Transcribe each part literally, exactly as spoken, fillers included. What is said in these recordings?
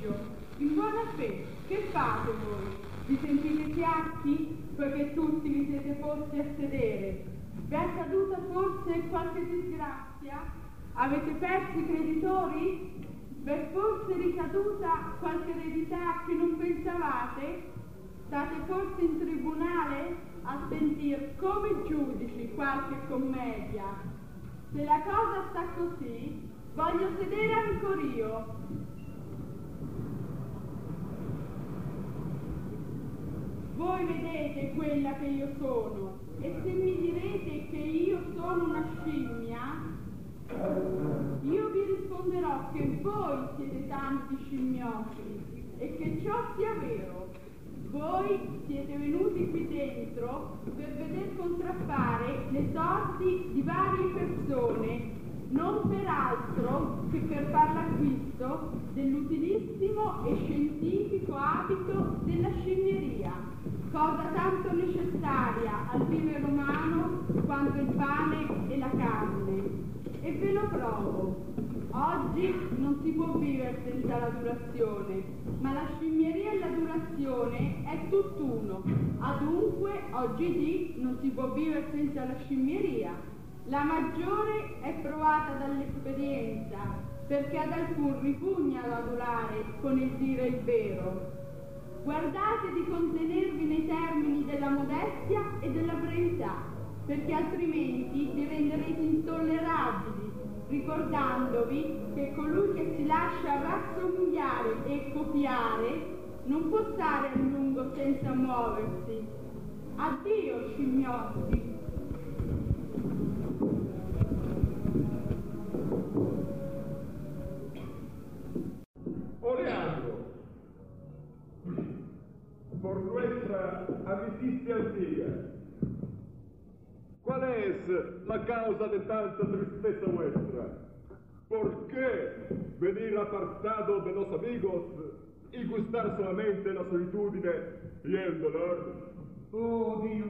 figlio, in buona fede, che fate voi? Vi sentite piatti, poiché tutti vi siete posti a sedere? Vi è accaduta forse qualche disgrazia? Avete perso i creditori? Vi è forse ricaduta qualche eredità che non pensavate? State forse in tribunale a sentir come giudici qualche commedia? Se la cosa sta così, voglio sedere ancora io. Voi vedete quella che io sono, e se mi direte che io sono una scimmia, io vi risponderò che voi siete tanti scimmiotti e che ciò sia vero. Voi siete venuti qui dentro per veder contraffare le sorti di varie persone, non per altro che per far l'acquisto dell'utilissimo e scientifico abito della scimmieria, cosa tanto necessaria al vivere umano quanto il pane e la carne. E ve lo provo. Oggi non si può vivere senza la durazione, ma la scimmieria e la durazione è tutt'uno. Adunque, oggi non si può vivere senza la scimmieria. La maggiore è provata dall'esperienza, perché ad alcun ripugna l'adulare con il dire il vero. Guardate di contenervi nei termini della modestia e della brevità, perché altrimenti vi renderete intollerabili, ricordandovi che colui che si lascia rassomigliare e copiare non può stare a lungo senza muoversi. Addio, scimmiotti! O Leandro, por nuestra amicizia antiga, ¿cuál es la causa de tanta tristeza vuestra? ¿Por qué venir apartado de los amigos y gustar solamente la solitudine y el dolor? Oh Dio,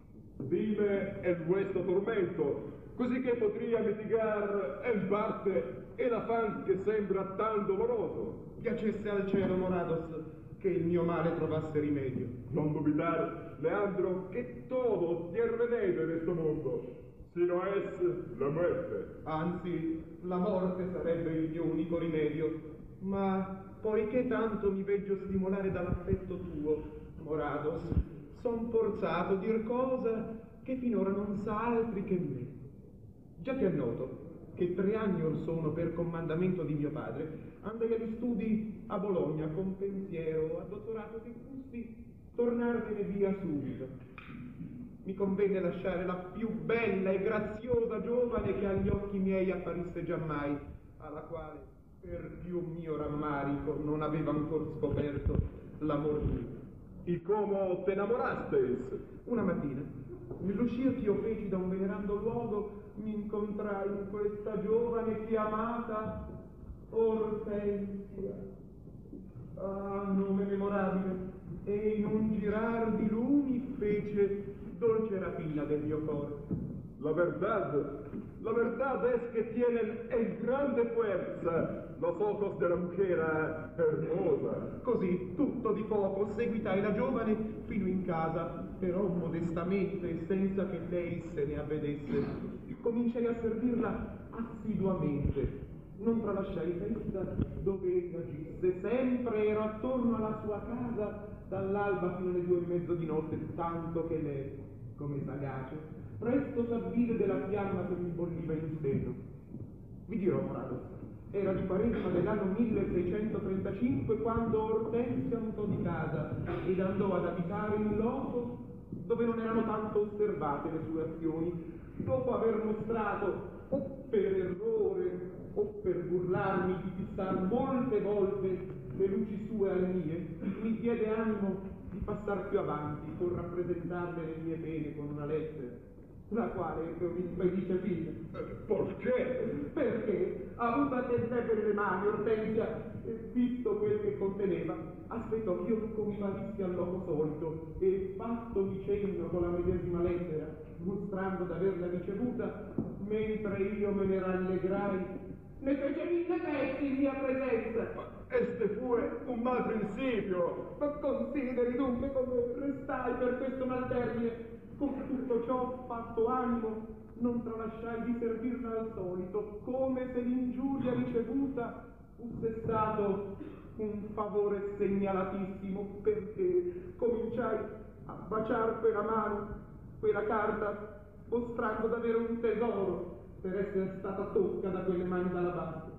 dime el vuestro tormento, così che potria mitigar in parte el afán che sembra tan doloroso. Piacesse al cielo, Morados, che il mio male trovasse rimedio. Non dubitar, Leandro, che todo tiene remedio en este mundo, sino es la muerte. Anzi, la morte sarebbe il mio unico rimedio. Ma poiché tanto mi veggio stimolare dall'affetto tuo, Morados, son forzato a dir cosa che finora non sa altri che me. Già ti annoto che tre anni or sono, per comandamento di mio padre, andai agli studi a Bologna con pensiero, a dottorato che gusti, tornarmene via subito. Mi convenne lasciare la più bella e graziosa giovane che agli occhi miei apparisse giammai, alla quale, per più mio rammarico, non aveva ancor scoperto l'amor mio. E come te innamorastes? Una mattina, nell'uscir che io feci da un venerando luogo, mi incontrai in questa giovane chiamata Ortensia. Ah, nome memorabile! E in un girar di lumi fece dolce rapina del mio cuore. La verdad, la verdad es que tienen en grande fuerza los ojos de la mujer hermosa. Così, tutto di poco, seguitai la giovane fino in casa, però modestamente, senza che lei se ne avvedesse. Cominciai a servirla assiduamente. Non tralasciai festa dove ella gisse. Sempre ero attorno alla sua casa dall'alba fino alle due e mezzo di notte, tanto che lei, come sagace, presto s'avvide della fiamma che mi bolliva in seno. Vi dirò, Morados, era di Quaresima dell'anno milleseicentotrentacinque quando Ortensia mutò di casa ed andò ad abitare in loco dove non erano tanto osservate le sue azioni. Dopo aver mostrato, o per errore o per burlarmi di fissar molte volte le luci sue alle mie, mi diede animo di passar più avanti con rappresentarle le mie pene con una lettera, la quale ebbe un'infelice fine. Perché? Perché, avuta tentè per le mani Ortensia, e visto quel che conteneva, aspettò che io comparissi al loco solito e fattomi cenno con la medesima lettera, mostrando d'averla ricevuta, mentre io me ne rallegrai, ne fece mille pezzi in mia presenza. este fue un mal principio. Ma consideri dunque come restai per questo mal termine. Con tutto ciò fatto animo, non tralasciai di servirla al solito, come se l'ingiuria ricevuta fosse stato un favore segnalatissimo, perché cominciai a baciar quella mano, quella carta, mostrando d'avere un tesoro per essere stata tocca da quelle mani d'alabastro.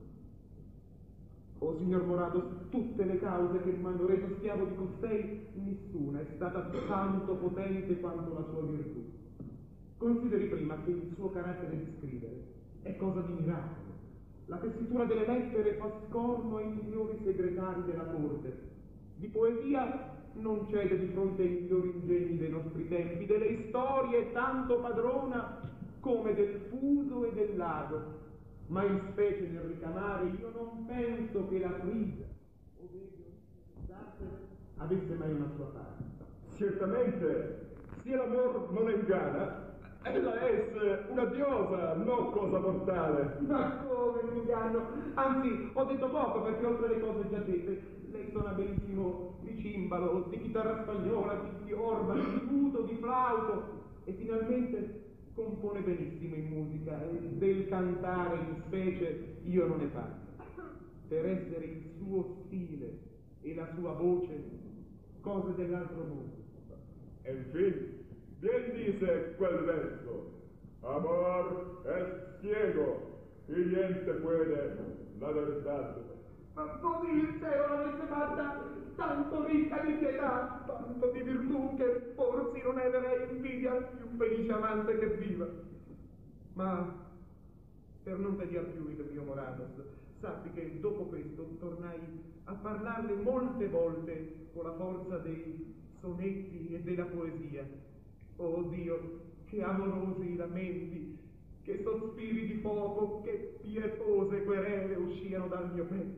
Oh, signor Morados, tutte le cause che mi hanno reso schiavo di costei, nessuna è stata tanto potente quanto la sua virtù. Consideri prima che il suo carattere di scrivere è cosa di miracolo. La tessitura delle lettere fa scorno ai migliori segretari della corte. Di poesia non cede di fronte ai migliori ingegni dei nostri tempi, delle storie tanto padrona come del fuso e del lago. Ma in specie nel ricamare io non penso che la Frida o Satire avesse mai una sua parte. Certamente, se l'amor non inganna, ella è una diosa, non cosa mortale. Ma come mi inganno? Anzi, ho detto poco, perché oltre le cose già dette, lei suona benissimo di cimbalo, di chitarra spagnola, di orba, di luto, di flauto, e finalmente compone benissimo in musica, e del cantare in specie io non ne parlo. Per essere il suo stile e la sua voce, cose dell'altro mondo. E infine, bien dice quel verso: amor es ciego y niente puede la verdad. Ma così il cielo l'avesse fatta tanto ricca di pietà, tanto di virtù, che forse non avrei invidia più felice amante che viva. Ma per non tediar più il mio Morados, sappi che dopo questo tornai a parlarle molte volte con la forza dei sonetti e della poesia. Oh Dio, che amorosi lamenti, che sospiri di fuoco, che pietose querele usciano dal mio petto.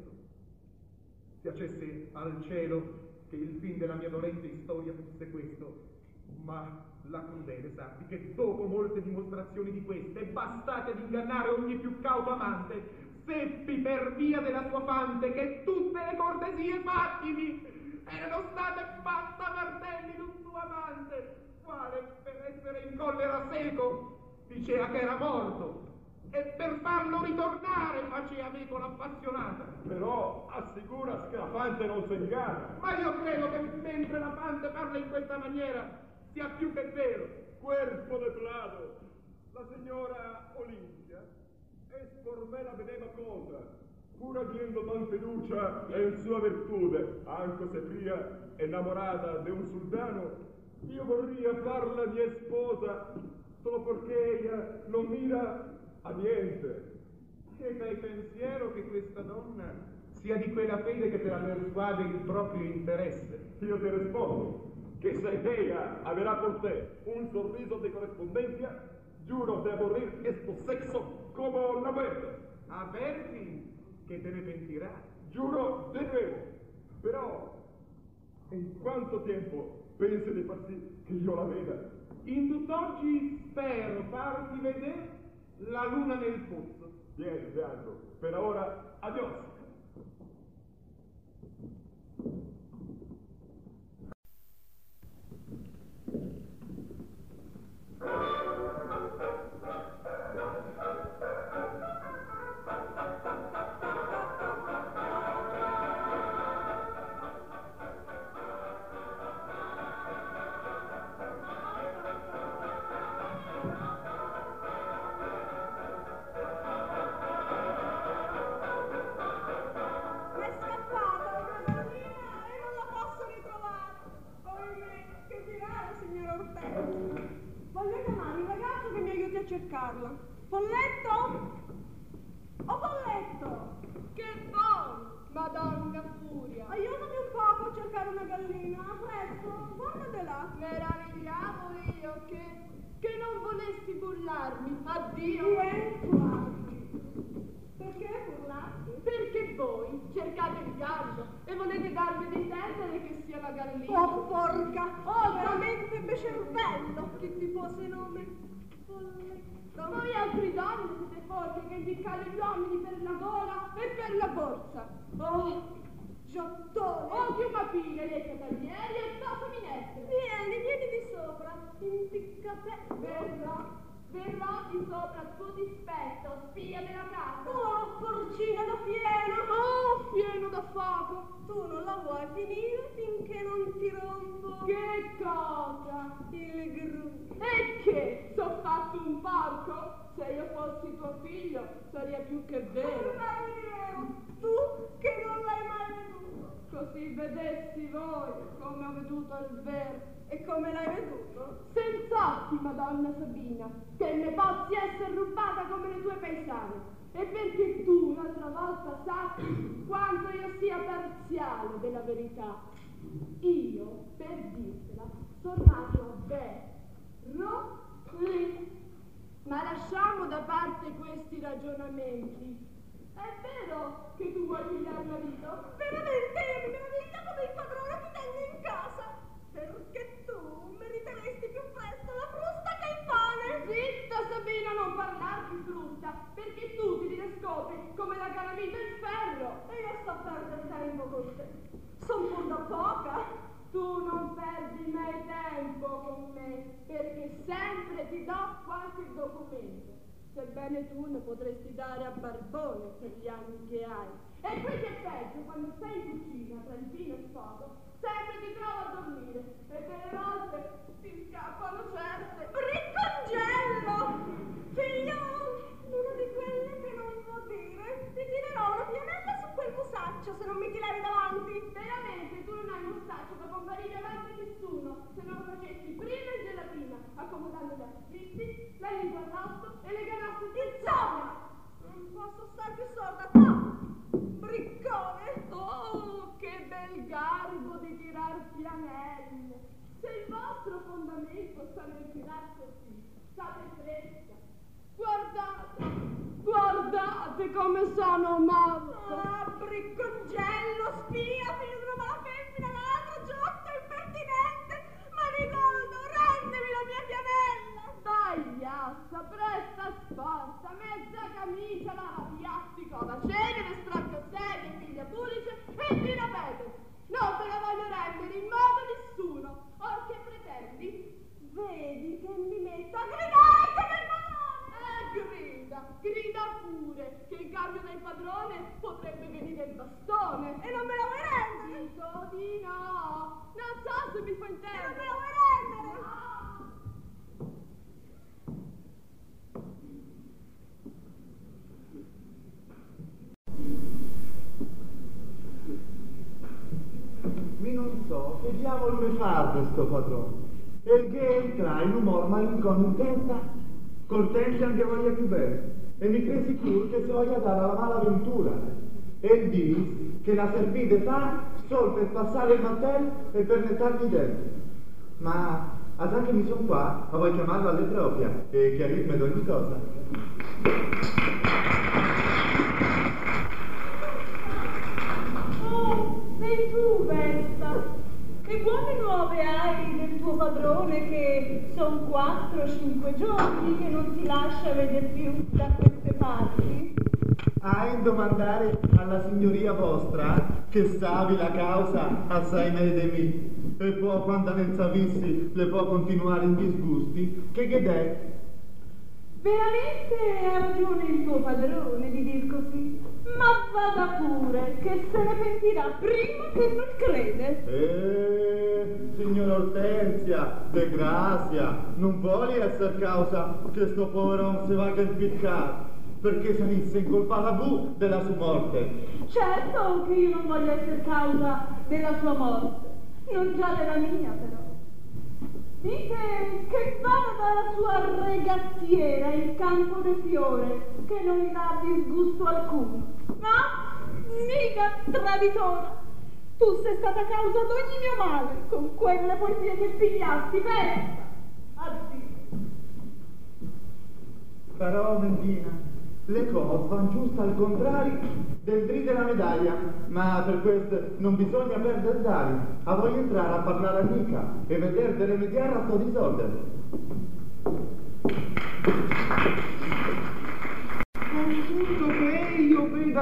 Piacesse al cielo che il fin della mia dolente storia fosse questo, ma la crudele sappi che dopo molte dimostrazioni di queste, bastate ad ingannare ogni più cauto amante, seppi per via della sua fante che tutte le cortesie fattimi erano state fatte a martelli d'un suo amante, quale per essere in collera seco diceva che era morto, e per farlo ritornare faceva meco l'appassionata. Però assicura che la fante non si inganna. Ma io credo che mentre la fante parla in questa maniera sia più che vero. Cuerpo de plado, la signora Olimpia es por me la vedeva cosa, pur agiendo tan fiducia en sua virtude, anche se pria enamorada de un sultano, io vorria farla mia sposa solo perché ella non mira a niente. E dai pensiero che questa donna sia di quella fede che la persuade il proprio interesse. Io ti rispondo che se ella avrà por te un sorriso de correspondencia, giuro de aborrir questo sexo como la muerte. Avverti che te ne pentirà. Giuro de nuevo. Però in quanto tempo pensi di far sì che io la veda? In tutt'oggi spero farti vedere la luna nel pozzo. Vieni, Leandro, per ora, adios. Cercarla. Folletto? Oh, Folletto! Che vuoi, Madonna Furia? Aiutami un poco a cercare una gallina, presto, guardatela. Meravigliavo io che, che non volessi burlarmi. Addio. Burlarti. Perché burlarti? Perché voi cercate il gallo e volete darmi di intendere che sia la gallina. Oh, porca! Oh, veramente becervello! Che ti fosse nome? folletto. Voi altre donne siete forti che impiccate gli uomini per la gola e per la borsa. Oh, Giottone. oh, piuma fine, le cavalieri e cosa minestre. Vieni, vieni di sopra, impiccate. Verrò, verrò di sopra a tuo dispetto, spia della casa. Oh, porcina da fieno. Oh, fieno da fuoco. Tu non la vuoi finire finché non ti rompo. Che cosa? Il gru. E che? S'ho fatto un porco? Se io fossi tuo figlio, sarebbe più che vero. Tu che non l'hai mai veduto. Così vedessi voi come ho veduto il vero. E come l'hai veduto? Senz'occhi, Madonna Sabina, che ne possa essere rubata come le tue paesane. E perché tu un'altra volta sappi quanto io sia parziale della verità. Io, per dirtela, sono nato a Berro lì. Ma lasciamo da parte questi ragionamenti. È vero che tu vuoi pigliare marito? Veramente io mi meraviglio come il padrone ti tenga in casa. Perché tu meriteresti più presto la frusta che il pane. Zitta Sabina, non parlar di frutta, perché tu ti ridescopri come la calamita il ferro. E io sto a perdere tempo con te. Son pur da poca. Tu non perdi mai tempo con me, perché sempre ti do qualche documento. Sebbene tu ne potresti dare a Barbone per gli anni che hai. E quel che è peggio, quando sei in cucina tra il vino e il fuoco, sempre ti trovo a dormire e delle volte ti scappano certe. Briccongello! Figlio, una di quelle che non vuol dire. Ti tirerò una pianella su quel musaccio se non mi ti levi davanti. Veramente tu non hai un mustaccio da comparire davanti a nessuno se non lo facessi prima in gelatina, accomodando gli afflitti, la lingua all'otto e le ganasce di Insomma, non posso stare più sorda. No! Briccone! Oh, che bel garbo di tirar pianelle! Se il vostro fondamento sta nel tirar così, state fresca. Guardate, guardate come sono morto! Ah, briccongello, spia, figlio di una mala femmina, ladro, giotto, impertinente! Marigold, rendimi la mia pianella! Dai, Assa, presta sporta, mezza camicia, la piattico, la cenere, stracco serie, figlia pulice e tira pedere. Non te la voglio rendere in modo nessuno. Or che pretendi? Vedi che mi metto a gridare come il padrone! Eh, grida, grida pure, che in cambio del padrone potrebbe venire il bastone. E non me la vuoi rendere? Dico di no, non so se mi fa E intendere. non me la vuoi rendere? No. Mi non so che diavolo mi fa sto padrone. E il che entra in umor malincon in testa, col tempo anche voglia più bene. E mi crei sicuro che si voglia dare alla malaventura. E il dis che la servite fa solo per passare il mantello e per nettargli dentro. Ma a già che mi son qua, ma vuoi chiamarlo alle proprie e chiarirmi d'ogni cosa? Oh, sei tu, Vesta. Che buone nuove hai del tuo padrone che son quattro o cinque giorni che non ti lascia vedere più da queste parti? A domandare alla signoria vostra che savi la causa assai meglio di me e poi quando non sapissi le può continuare in disgusti che che è? Veramente ha ragione il tuo padrone di dir così, ma vada pure che se ne pentirà prima che non crede. Eh, signora Ortensia, de grazia, non vuole essere causa che sto povero si va a impiccare, perché se ne si incolpata tu della sua morte. Certo che io non voglio essere causa della sua morte, non già della mia però. Dite che vada dalla sua regattiera il campo del fiore, che non gli dà disgusto alcuno. Ma, mica traditora, tu sei stata causa d'ogni mio male con quelle poesie che pigliasti, Vesta. Addio. Però, Mentina, le cose vanno giusto al contrario del dritto della medaglia, ma per questo non bisogna perdere d'animo. A voglio entrare a parlare amica e vedere di rimediare a sto disordine.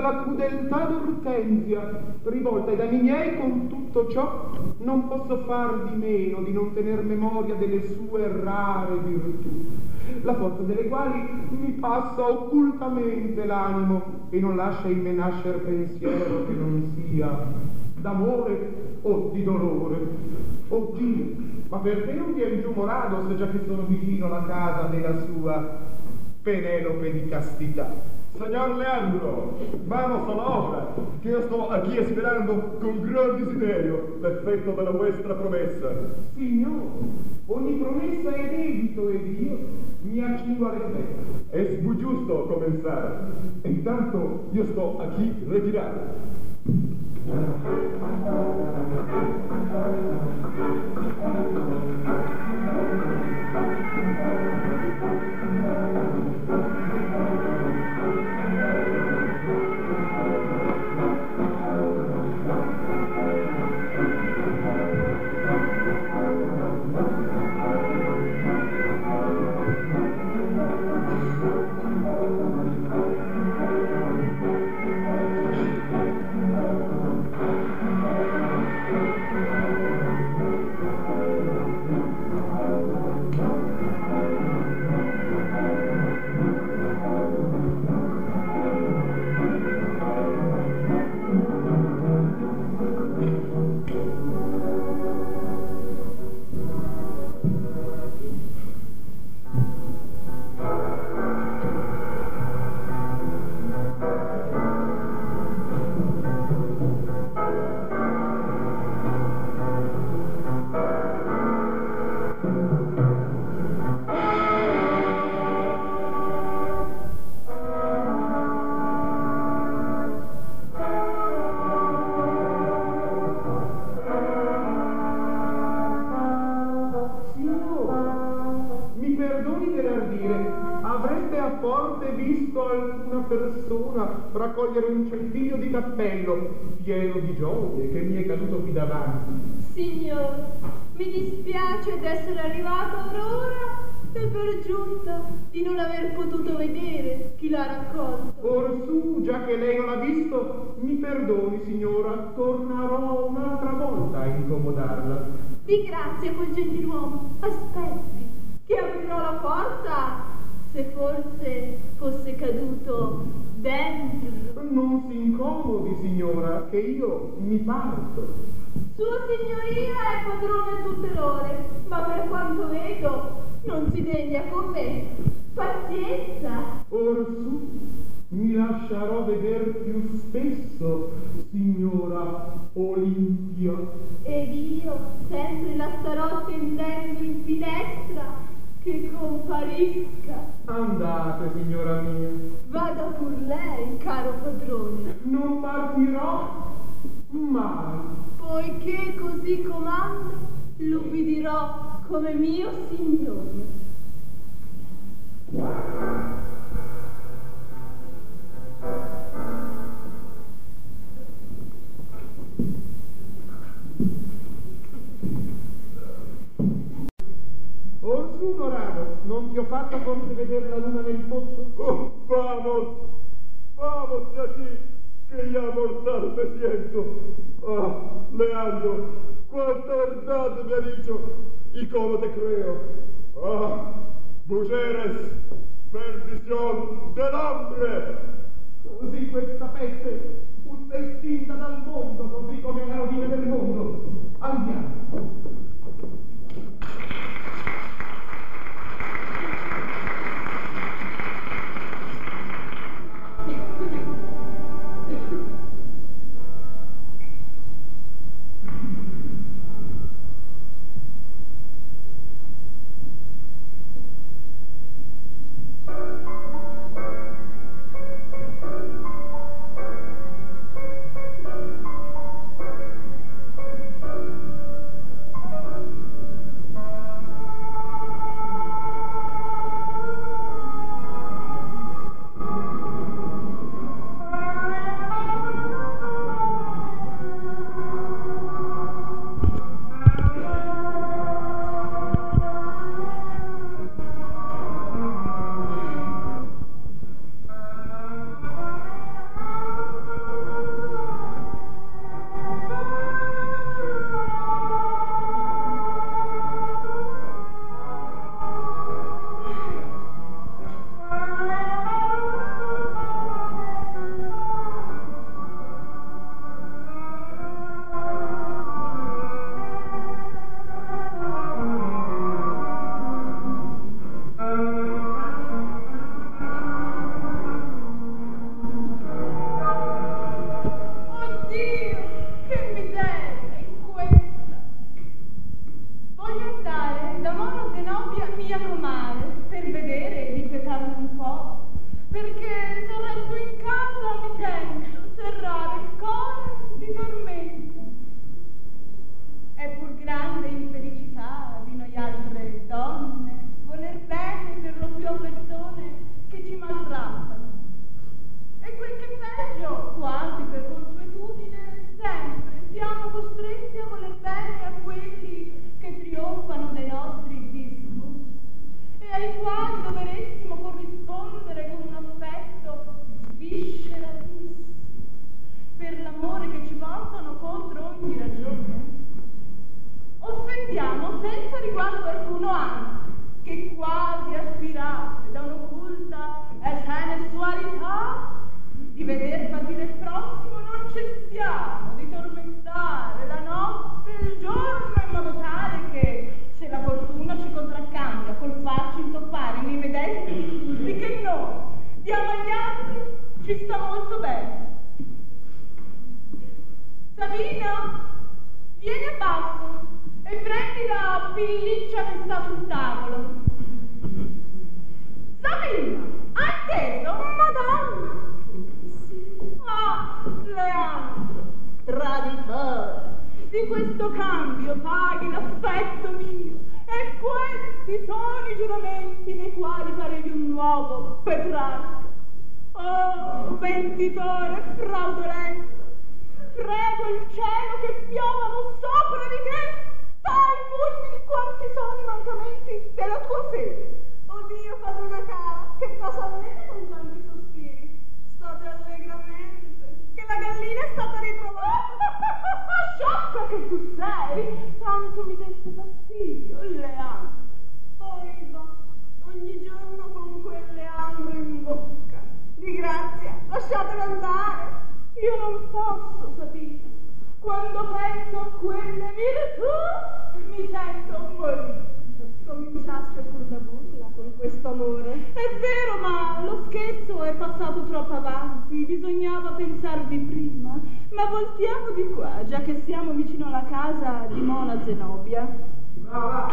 dalla crudeltà d'Ortensia, rivolta ai danni miei. Con tutto ciò non posso far di meno di non tener memoria delle sue rare virtù, la forza delle quali mi passa occultamente l'animo e non lascia in me nascer pensiero che non sia d'amore o di dolore. Oh Dio, ma perché non viene giù Morados, già che sono vicino alla casa della sua Penelope di castità? Signor Leandro, vamos all'opera, che io sto qui sperando con gran desiderio l'effetto della vostra promessa. Signore, ogni promessa è debito ed io mi accingo a riflettere. È giusto cominciare. Intanto io sto qui ritirato. Raccogliere un centinaio di cappello pieno di gioie che mi è caduto qui davanti. Signor, mi dispiace d'essere arrivato ora e per giunta di non aver potuto vedere chi l'ha raccolto. Orsù, già che lei non l'ha visto, mi perdoni, signora, tornerò un'altra volta a incomodarla. Di grazia quel gentiluomo, aspetti, che aprirò la porta se forse fosse caduto dentro. Non si incomodi, signora, che io mi parto. Sua signoria è padrone a tutte l'ore, ma per quanto vedo non si degna con me. Pazienza. Orsù, mi lascerò veder più spesso, signora Olimpia. Ed io sempre la starò attendendo in finestra che comparisca. Andate, signora mia. Vada pur lei, caro padrone. Non partirò mai. Poiché così comando, l'ubbidirò come mio signore. Orsù, Dorado, non ti ho fatto forse vedere la luna nel pozzo? Oh, vamos, vamos de aquí, que ya mortal me siento. Ah, Leandro, cuánta verdad me ha dicho y cómo te creo. Ah, mujeres, perdición del hambre. Così questa peste fu estinta dal mondo, così come la rovina del mondo. Andiamo. per vedere e ripietarne un po', perché se resto in casa mi sento serrare il cuore di tormento. È pur grande infelicità di noi altre donne voler bene per lo più a persone che ci maltrattano. E quel che peggio, quasi per consuetudine, sempre siamo costretti a voler bene a quelli che trionfano dai nostri disgusti e ai quali doveressimo corrispondere con un affetto svisceratissimo per l'amore che ci portano contro ogni ragione. Offendiamo senza riguardo alcuno anzi, che quasi aspirate da un'occulta sensualità di veder patire il prossimo, non cessiamo di tormentare la notte e il giorno in modo tale che, se la fortuna ci contraccambia col farci intoppare nei medesimi disgusti che noi diamo agli altri, ci sta molto bene. Sabina, vieni a basso e prendi la pilliccia che sta sul tavolo. Sabina, hai inteso? Madonna! Sì. Ah, Leandro, traditore, di questo cambio paghi l'affetto mio, e questi sono i giuramenti nei quali farevi un nuovo Petrarca. Oh, venditore fraudolento, prego il cielo che piovano sopra di te tali fulmini quanti sono i mancamenti della tua fede. Oddio, padrona cara, che cosa avete con tanti sospiri? State allegramente, che la gallina è stata ritrovata. Sciocca che tu sei, tanto mi desse fastidio, Leandro. Poi va, ogni giorno con quel Leandro in bocca. Di grazia, lasciatelo andare. Io non posso, Sabina. Quando penso a quelle virtù, mi sento morire. Cominciaste pur da burla con questo amore. È vero, ma lo scherzo è passato troppo avanti, bisognava pensarvi prima. Ma voltiamo di qua, già che siamo vicino alla casa di Mona Zenobia. Brava!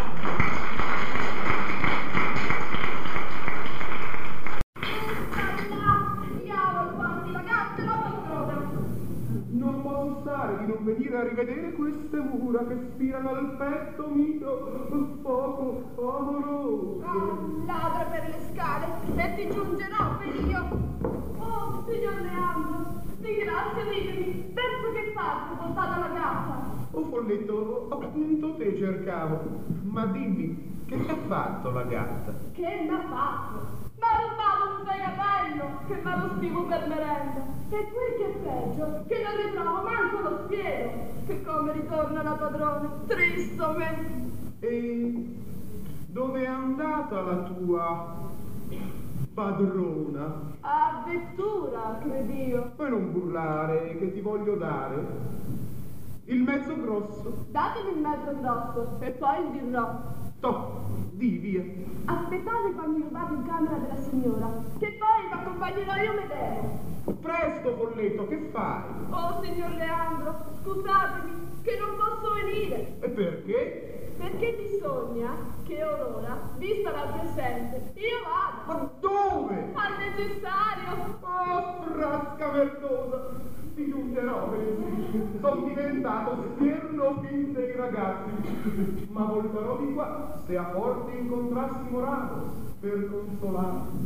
Non posso stare di non venire a rivedere queste mura che spirano al petto mio poco amoroso. Ah, ladra per le scale e ti giungerò per io. Oh, signor Leandro, di grazia ditemi, verso che parte portata la gatta? Oh folletto, appunto te cercavo. Ma dimmi, che ti ha fatto la gatta? Che m'ha fatto? M'ha rubato un segapello che m'arrostivo per merenda. E quel che è peggio, che non ritrovo manco lo spiego. Che come ritorna la padrona, tristo me. E dove è andata la tua padrona? A vettura, credio. Poi non burlare, che ti voglio dare il mezzo grosso. Datemi il mezzo grosso e poi il dirò. Toh, di via. Aspettate quando mi rubate in camera della signora, che poi vi accompagnerò io medesimo. Presto, folletto, che fai? Oh, signor Leandro, scusatemi, che non posso venire. E perché? Perché bisogna che Aurora, vista la più assente, io vada. Ma dove? Al necessario. Oh, frasca merdosa, ti giungerò, vedi? Sono diventato scherno fin dei ragazzi, ma volterò di qua se a forte incontrassimo Ramos per consolarmi.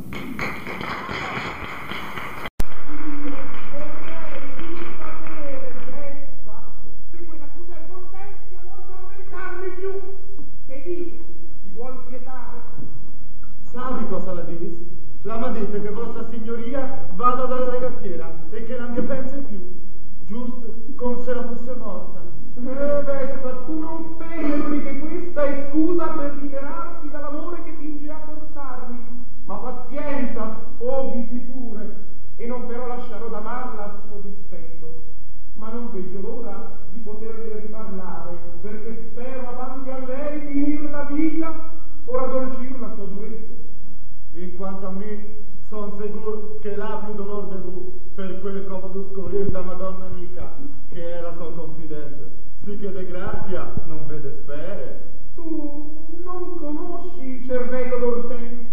Se quella crudele cortezia non tormentarmi più, che dici? Si vuol pietare? Savi cosa la dici? La m'ha detto che vostra signoria vada dalla regattiera e che non che pensi più, giusto come se la fosse morta. Eh, Vespa, tu non penetri che questa è scusa per liberarsi dall'amore che finge a portarmi. Ma pazienza, sfoghisi pure, e non però lascerò d'amarla a suo dispetto. Ma non veggio l'ora di poterle riparlare, perché spero avanti a lei finir la vita o raddolcir la sua durezza. In quanto a me, son sicuro che l'ha più dolor de vu per quel copo d'oscurir da Madonna Nica, che è la sua confidente. Sì che de grazia non vede spere. Tu non conosci il cervello d'Ortensio?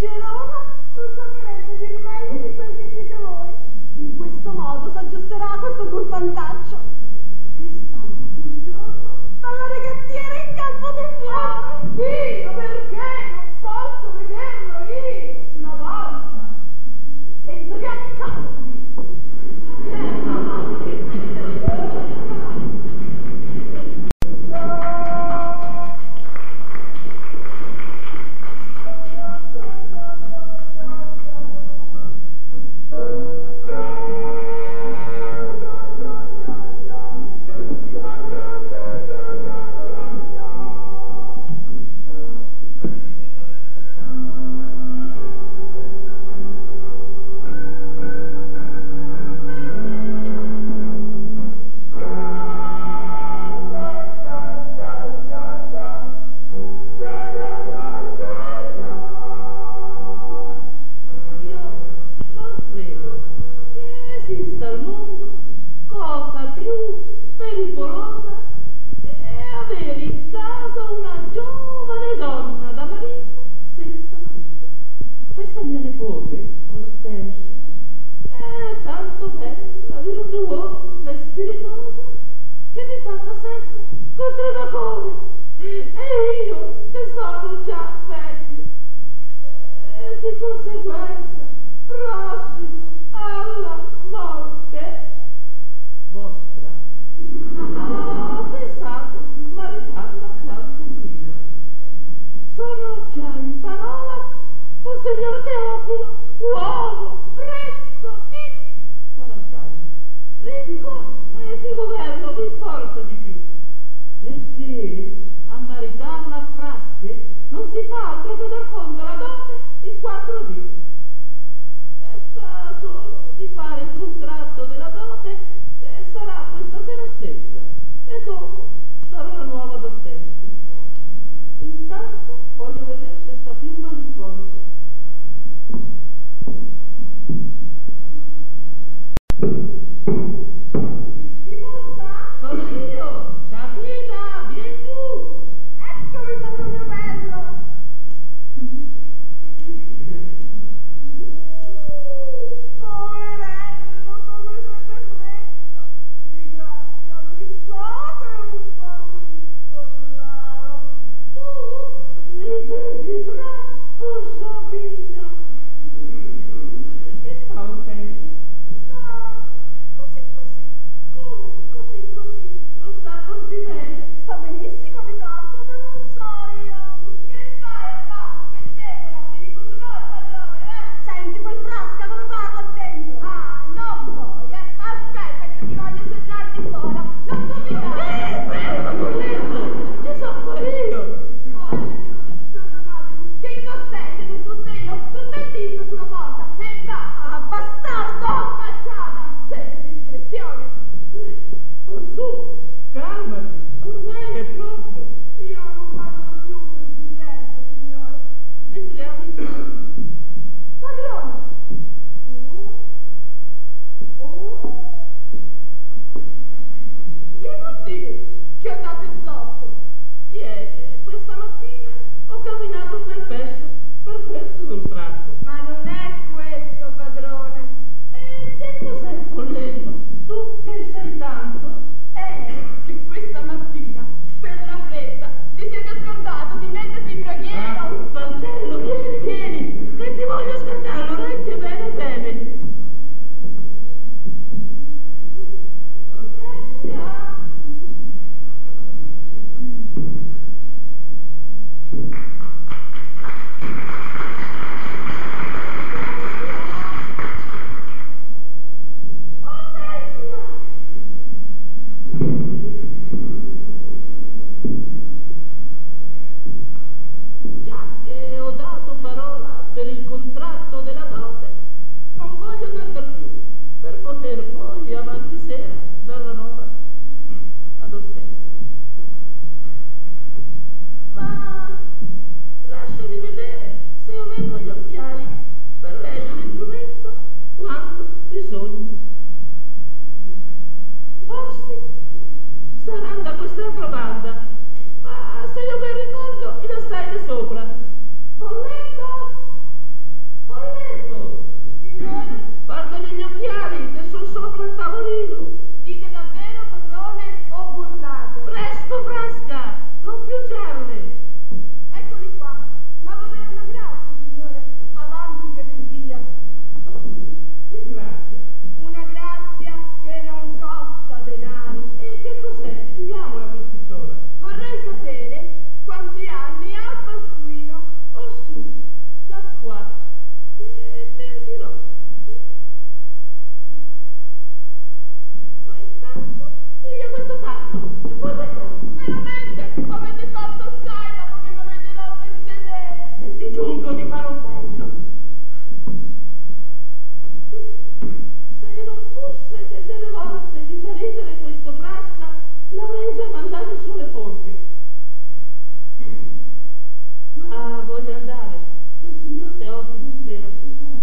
Gerona non saperebbe dir meglio di quel che siete voi. In questo modo s'aggiusterà a questo burfantaccio. Che sabato un giorno dalla regattiera in campo del fiore. Dio, perché non posso vederlo io una volta? Entriamo in casa. Teofilo deve aspettare.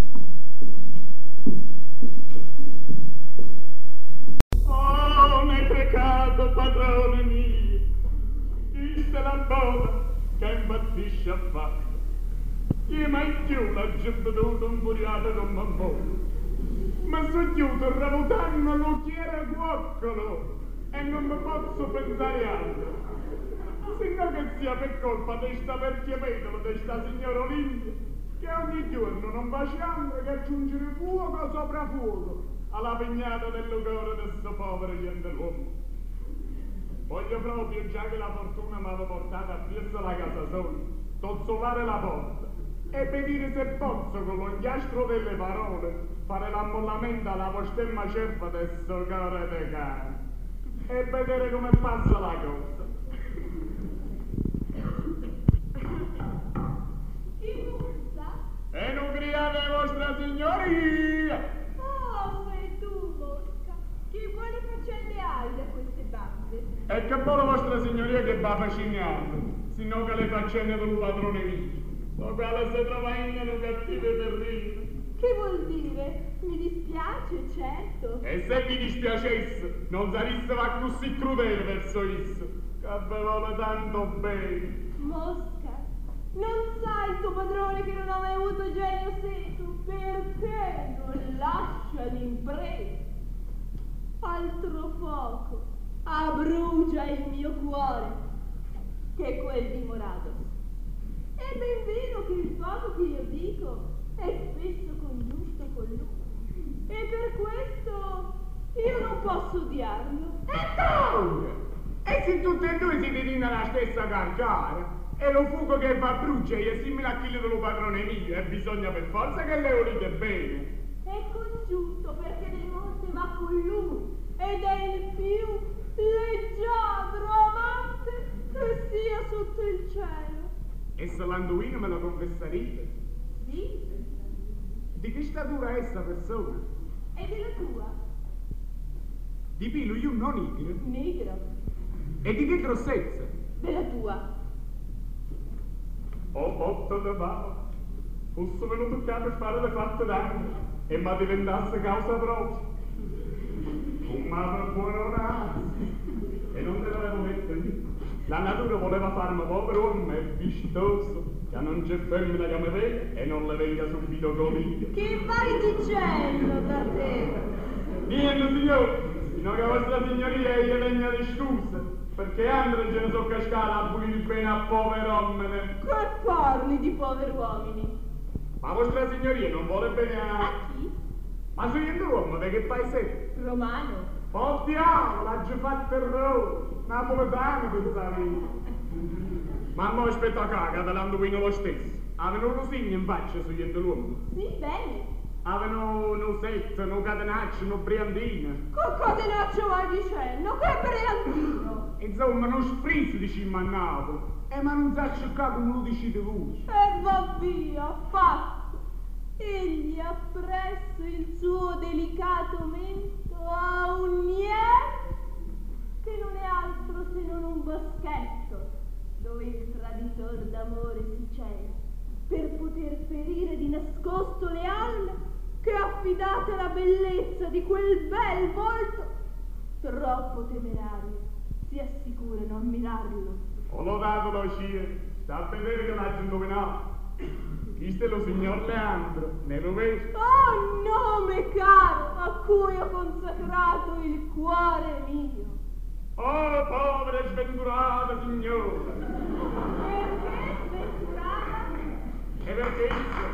Oh, ne peccato, padrone mio, questa è la boda che impazzisce a fare. Io mai più l'ho già veduto infuriato con Mammone. Ma sono chiuso il ravutano l'occhiere guoccolo e non mi posso pensare altro. Se non che sia per colpa di sta vecchia petola, di sta signora Olimpia, che ogni giorno non face altro che aggiungere fuoco sopra fuoco alla pignata del cuore di sto povero gentiluomo. Voglio proprio, già che la fortuna mi aveva portato a piazza la casa sola, tozzolare la porta e vedere se posso con lo ghiastro delle parole fare l'ammollamento alla postemma ceppa del sto cuore di cane e vedere come passa la cosa. Chi bussa? E non griate vostra signoria! Oh, sei tu, Mosca. Che buone faccende hai da queste bande? E che buona vostra signoria che va facinando, sino che le faccende del padrone mio, lo quale si trova in meno cattivo e terribile. Che vuol dire? Mi dispiace, certo. E se vi dispiacesse, non sareste va così crudele verso esso, che vi vuole tanto bene. Mosca, non sai il tuo padrone che non ha mai avuto genio seco, perché non lascia l'impresa? Altro fuoco abbrucia il mio cuore, che quel di Morados. È ben vero che il fuoco che io dico è spesso congiunto con lui, e per questo io non posso odiarlo. E come? E se tutti e due siete nella stessa carcara, e lo fuoco che va a bruciare è simile a quello dello padrone mio, e bisogna per forza che le unite bene. È congiunto perché del monte va con lui, ed è il più leggiadro amante che sia sotto il cielo. E se l'anduino me lo confesserete? Sì, Di che statura è sta persona? e della tua? Di pilo io non nigro? Negro. E di che grossezza? Della tua? Ho fatto da mano, fosse venuto qua per fare le fatte danni e mi diventasse causa propria. Fumava buono naso e non te l'avevo detto io. La natura voleva farmi povero uomo e vistoso, che non c'è femmina che mi vede e non le venga subito conmigo. Che vai dicendo da te? Niente signore, sino che vostra signoria gli venga di scusa, perché Andrea ce ne so cascata a pulire bene a pover'ommene. Che parli di poveri uomini? Ma vostra signoria non vuole bene a... A chi? Ma su io uomo, da che paese? Romano. Oh diavolo, l'ha già fatto errore, napoletano pensavi. Ma mo aspetta a caga, dell'anduino lo stesso. Avevano un segno in faccia sugli dell'uomo. Sì, bene. Avevano un sette, un catenaccio, un briandino. Che catenaccio vai dicendo? Che briandino? Insomma, non sprizzo diciamo a Napoli. Eh, ma non sa cercare come lo dicete voi. E va via, fatto. Egli appresso il suo delicato mento a un niente che non è altro se non un boschetto dove il traditor d'amore si cela per poter ferire di nascosto le alme che affidate alla bellezza di quel bel volto troppo temerario si assicurano a mirarlo. Ho lodato la scia, sta a vedere che l'ha indovinato. Questo è lo signor Leandro, ne lo vedi? Oh nome caro a cui ho consacrato il cuore mio. Oh, povera e sventurata signora! Perché sventurata? E perché isso?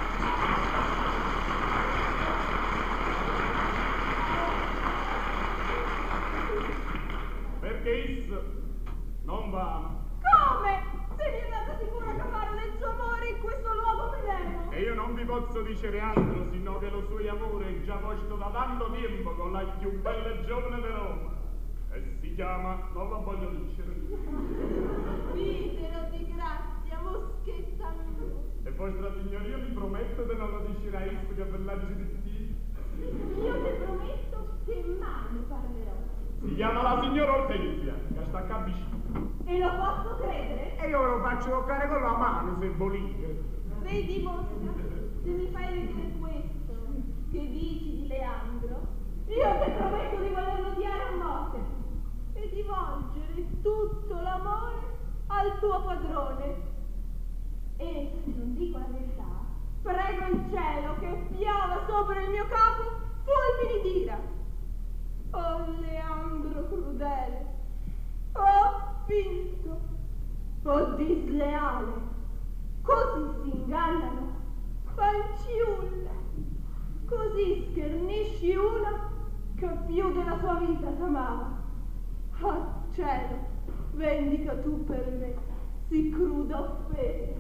Perché isso non va. Come? Se mi è stata sicura che fare del suo amore in questo luogo veleno? E io non vi posso dicere altro, sino che lo suo amore è già posto da tanto tempo con la più bella giovane di Roma. E si chiama, non lo voglio dicere. Ditelo di grazia, moschetta mia. E vostra signoria vi prometto che non lo dicerà isso che per la giustizia. Io ti prometto che mai ne parlerò. Si chiama la signora Ortensia, che sta capiscendo. E lo posso credere? E io ve lo faccio toccare con la mano se volete. Vedi, mosca, se mi fai vedere questo che dici di Leandro, io ti prometto di volerlo odiare a morte e di volgere tutto l'amore al tuo padrone. E se non dico la verità, prego il cielo che piova sopra il mio capo fulmini d'ira. Oh Leandro crudele, oh finto, oh disleale, così si ingannano fanciulle, così schernisci una che più della tua vita t'amava. Ah cielo, vendica tu per me sì cruda offesa.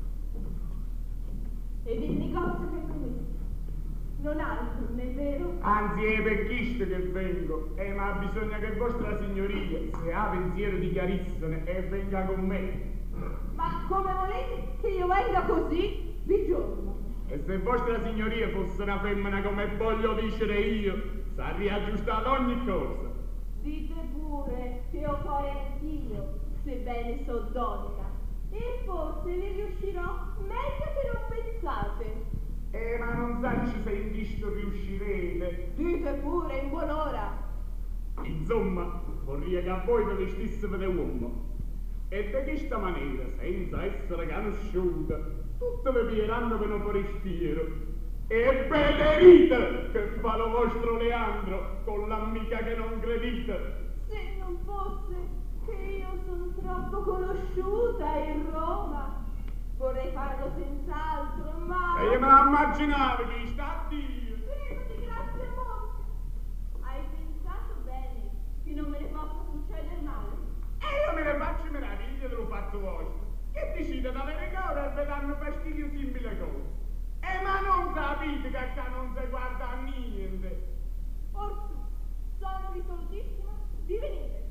Ed il negozio che è questo non altro, non è vero? Anzi, è per questo che vengo, eh, ma bisogna che vostra signoria, se ha pensiero di chiarissene, e venga con me. Ma come volete che io venga così di giorno? E se vostra signoria fosse una femmina come voglio dicere io, sarei aggiustata ogni cosa. Dite pure che ho cuore anch'io, sebbene so donna, e forse vi riuscirò meglio che non pensate. Eh, ma non sacci se in questo riuscirete. Dite pure in buon'ora. Insomma, vorrei che a voi vi vestisse per uomo. E di questa maniera, senza essere conosciuta, tutte vi pieranno per un forestiero. E vedrete che fa lo vostro Leandro con l'amica che non credite. Se non fosse che io sono troppo conosciuta in Roma, vorrei farlo senz'altro, ma... E io me la immaginavo che sta a Dio. Prego di grazia mosca. Hai pensato bene che non me ne possa succedere male? E io me ne faccio meraviglia dello fatto vostro. Che decide da avere cora e vi danno fastidio simili cose. E ma non capite che qua non si guarda a niente. Orsù, sono risolutissima di venire.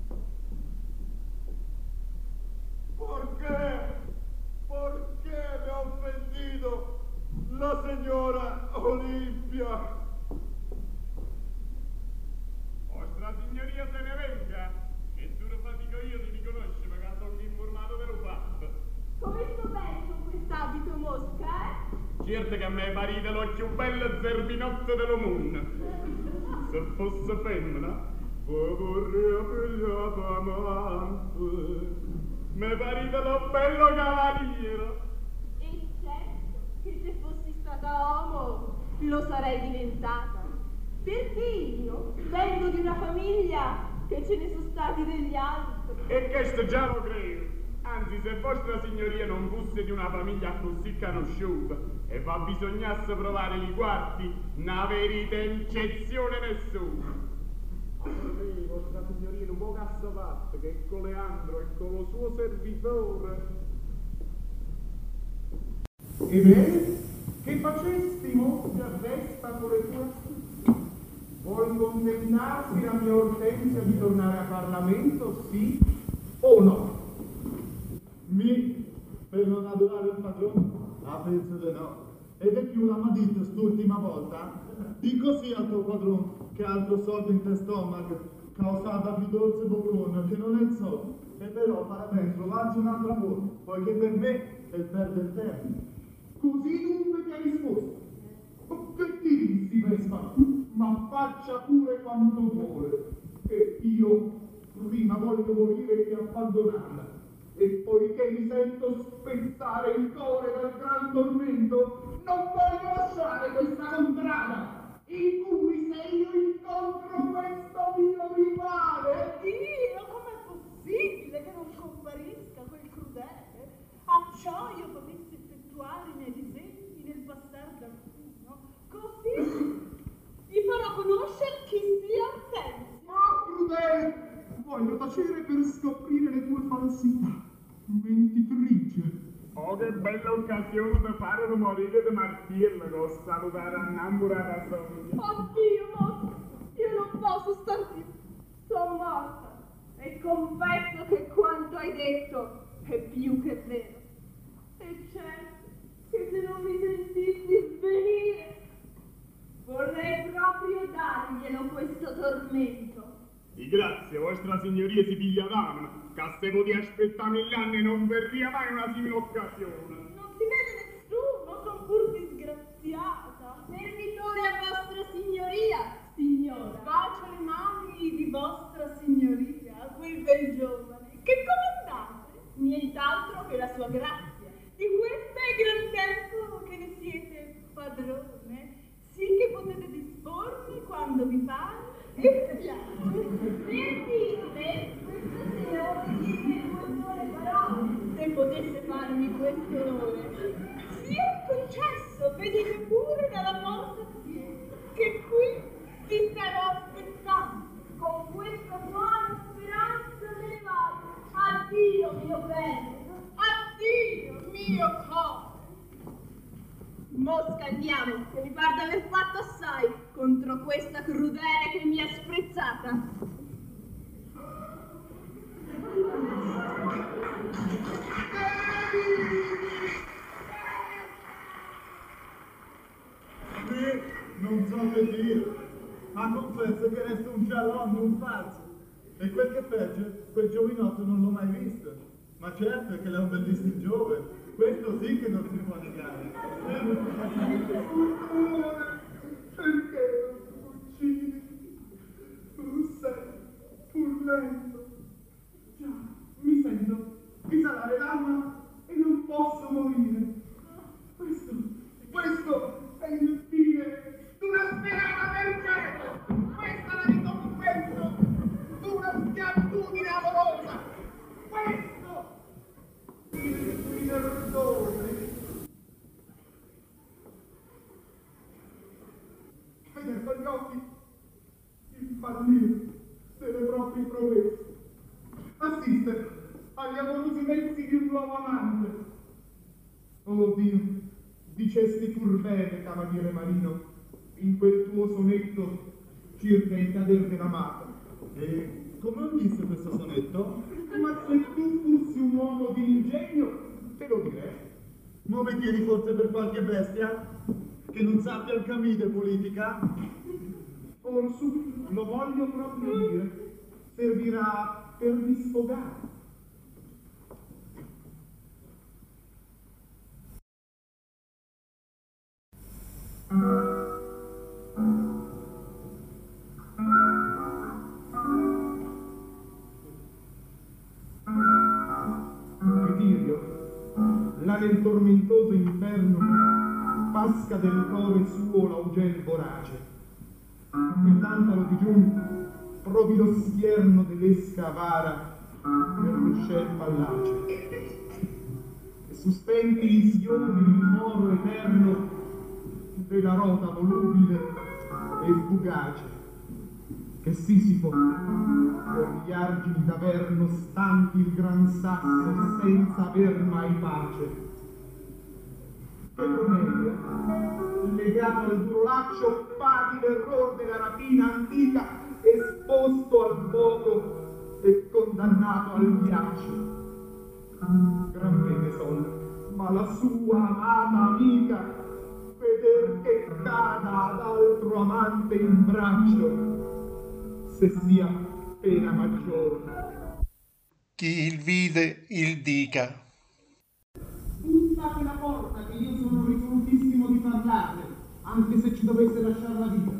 Perché? Perché mi ha offendito la signora Olimpia? Vostra signoria se ne venga. E duro fatico io di riconoscere che sono informato dello fatto. Come sto bene con quest'abito mosca, eh? Certo che a me parite lo più bello zerbinotto dello mondo. Se fosse femmina, vi vorrei pigliato amante. Me parite lo bello cavaliere. E certo che se fossi stata uomo lo sarei diventata. Perché io vengo di una famiglia che ce ne sono stati degli altri. E questo già lo credo. Anzi, se vostra signoria non fosse di una famiglia così conosciuta e va bisognasse provare i quarti, n'avrete eccezione nessuna. Sì, vostra signoria non può cazzo fatta che con Leandro e con lo suo servitore. Ebbene, che facesti mosca festa con le tue astuzie? Vuoi contentarsi la mia Ortensia di tornare a Parlamento, sì o no? Mi, per non adorare il padrone? Ah, penso di no. Ed è più la madita st'ultima volta? Dico sì al tuo padrone, che altro soldo in te stomaco, causata più dolce boccone, che non è il soldo. E però farà bene trovarci un'altra forma, poiché per me è il perdere tempo. Così dunque ti ha risposto. Oh, che ti dissi, Vespa? Ma faccia pure quanto vuole, che io prima voglio morire che abbandonarla. E poiché mi sento spezzare il cuore dal gran tormento, non voglio lasciare questa contrada in cui se io incontro questo mio rivale. Dio, com'è possibile che non comparisca quel crudele? Acciò io potessi effettuare i miei disegni nel passare d'alcuno, così vi farò conoscere chi sia Ortensia. Ma crudele, voglio tacere per scoprire le tue falsità, mentitrice. Oh, che bella occasione di fare un morire di martirlo con salutare a innamorata soglia. Oddio, mosca, io non posso star più. Sono morta e confesso che quanto hai detto è più che vero. E certo che se non mi sentissi svenire, vorrei proprio darglielo questo tormento. Di grazia, vostra signoria si piglia d'amina, che se potete aspettare mille anni non verria mai una simile occasione. Non si vede E mi piace. Per dirle, questa sera vorrei dirle due parole. Se potesse farmi questo onore. Sia concesso, vedete pure dalla porta che qui vi starò aspettando. Con questa buona speranza me ne vado. Addio mio bene, addio mio cuore. Mosca andiamo, che mi pare di aver fatto assai contro questa crudele che mi ha sprezzata. Qui non so che dire, ma confesso che resta un giallone, un falso. E quel che è peggio, quel giovinotto non l'ho mai visto. Ma certo che lei è un bellissimo giovane, questo sì che non si può negare. Perché non uccidi? Tu sei pur lento. Già, mi sento esalare l'alma e non posso morire. Questo, questo è il fine d'una sperata vergine. Questa è la ricompensa d'una schiavitudine amorosa. Questo il perdone. Vedere con gli occhi il fallire delle proprie promesse. Assistere agli amorosi mezzi di un nuovo amante. Oh Dio, dicesti pur bene, cavaliere Marino, in quel tuo sonetto circa il cader dell'amata. E come ho visto questo sonetto? Ma se tu fossi un uomo di ingegno, te lo direi. Non mi tieni forse per qualche bestia? Che non sappia il camide politica? Orsù, lo voglio proprio dire, servirà per mi sfogare. Là nel tormentoso inferno pasca del core suo l'augel vorace, e tantalo di giù provi lo schierno dell'esca avara nell'uscel pallace, e sospenti gli schioni il moro eterno della rota volubile e fugace, che Sisifo per gli argini d'Averno stanchi il gran sasso senza aver mai pace. E Cornelia, legato al duro laccio, paghi l'error della rapina antica, esposto al fuoco e condannato al ghiaccio. Gran bene sol, ma la sua amata amica, veder che cada ad altro amante in braccio, se sia pena maggiore. Chi il vide il dica. Bussate la porta, che io sono risolutissimo di parlarne, anche se ci dovesse lasciare la vita.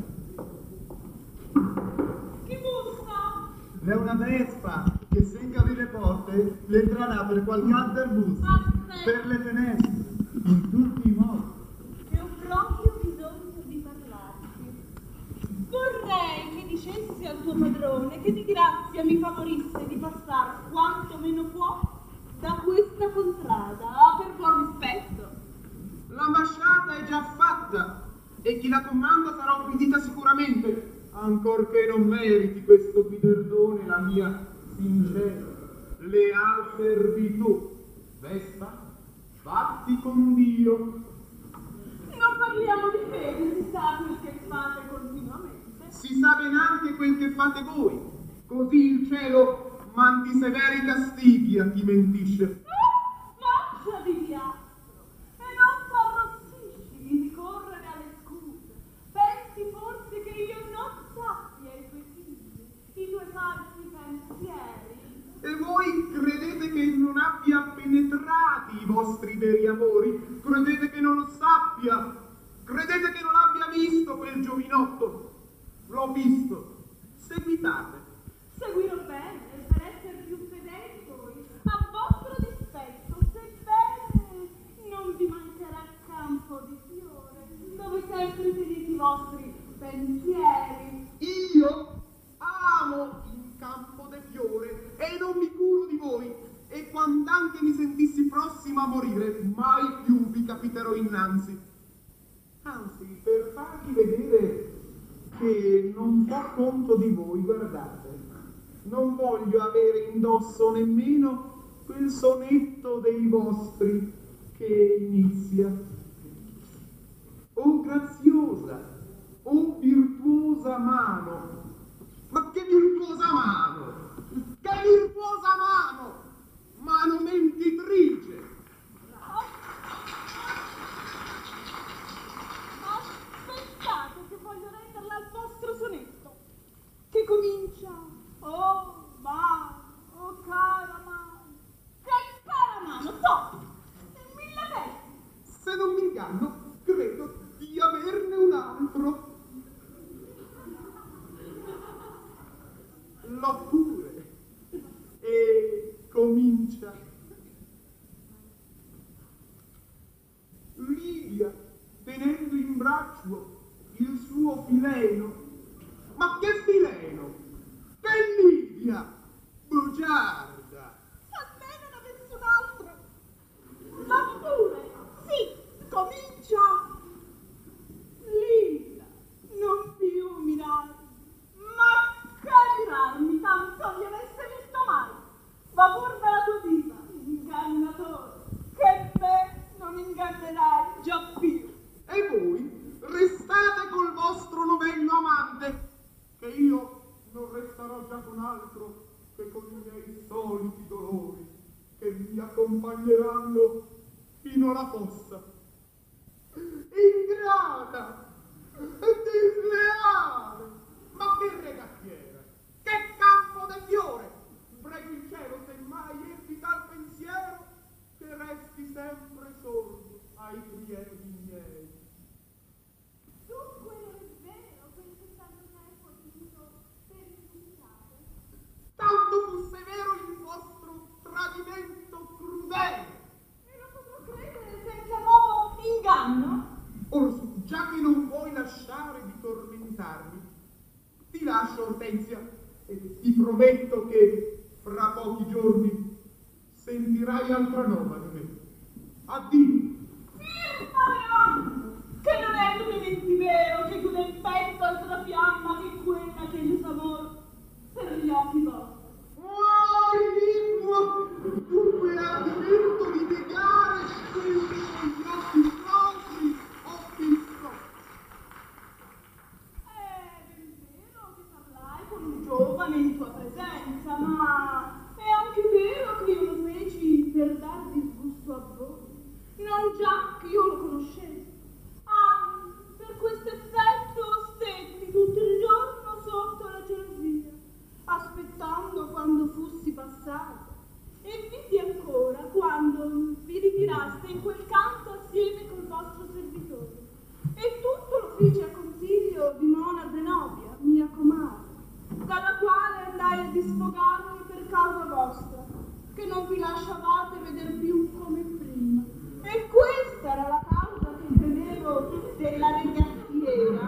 Chi bussa? È una vespa che se incavi le porte le entrerà per qualche alter bus, per le finestre, in tutti i modi. E ho proprio bisogno di parlarti. Vorrei che dicessi al tuo padrone che di grazia mi favorisse di passare quanto meno può da questa contrada per buon rispetto. L'ambasciata è già fatta e chi la comanda sarà obbedita sicuramente, ancorché non meriti questo guiderdone la mia sincera, leal servitù. Vespa, fatti con Dio. Non parliamo di fede, si sa quel che fate continuamente. Si sa ben anche quel che fate voi, così il cielo mandi severi castighi a chi mentisce. Faccia di diastro e non t'arrossisci di ricorrere alle scuse. Pensi forse che io non sappia i tuoi figli, i tuoi falsi pensieri? E voi credete che non abbia penetrati i vostri veri amori? Credete che non lo sappia? Credete che non abbia visto quel giovinotto? L'ho visto. Seguitate. Seguirò bene per essere più fedeli voi, a vostro dispetto, sebbene non vi mancherà campo di fiore, dove sempre tenete i vostri pensieri. Io? e non mi curo di voi, e quand'anche mi sentissi prossimo a morire, mai più vi capiterò innanzi. Anzi, per farvi vedere che non fa conto di voi, guardate, non voglio avere indosso nemmeno quel sonetto dei vostri che inizia: o graziosa, o virtuosa mano. Ma che virtuosa mano! Che virtuosa mano! Mano mentitrice! Aspettate che voglio renderla al vostro sonetto, che comincia: oh mano, oh cara mano, che cara mano, so, mille pezzi. Se non mi inganno, credo di averne un altro. L'ho pure. E comincia: Lidia, tenendo in braccio il suo fileno. Ma che fileno? Che Lidia? Bugiarda! A me non avesse un altro. L'ho pure, sì, comincia: Lidia, non più mirare, ma carirarmi tanto gli avesse visto mai. Va pur dalla tua vita, ingannatore, che me non ingannerai già più. E voi restate col vostro novello amante, che io non resterò già con altro che con i miei soliti dolori, che mi accompagneranno fino alla fossa. Ingrata! Disleale! Ma che regattiera! Che campo de fiore! Prego il cielo, se mai ebbi tal pensiero, che resti sempre sordo ai piedi miei. Dunque non è vero quel che tanto tempo ho tenuto per rifiutare? Tanto fu severo il vostro tradimento crudele. E lo potrò credere senza nuovo inganno? Orsù, già che non vuoi lasciare di tormentarmi, ti lascio, Ortensia, e ti prometto che fra pochi giorni sentirai altra nova di me. Addio. Firma Leandro, che non è indubbiamente vero che tu nel petto altra fiamma che quella che io s'amor per gli occhi vostri. Muori, dunque adimento di negare quello che gli occhi propri ho visto. È ben vero che parlai con un giovane in tua presenza, ma è anche vero che io lo feci per dar disgusto a voi, non già che io lo conoscessi. Anzi, per questo effetto stetti tutto il giorno sotto la gelosia, aspettando quando fossi passato, e vidi ancora quando vi ritiraste in quel canto assieme col vostro servitore. E tutto lo fece a consiglio di Mona Zenobia, mia comare, dalla quale andai a disfogarmi per causa vostra, che non vi lasciavate veder più come prima. E questa era la causa che credevo della regattiera.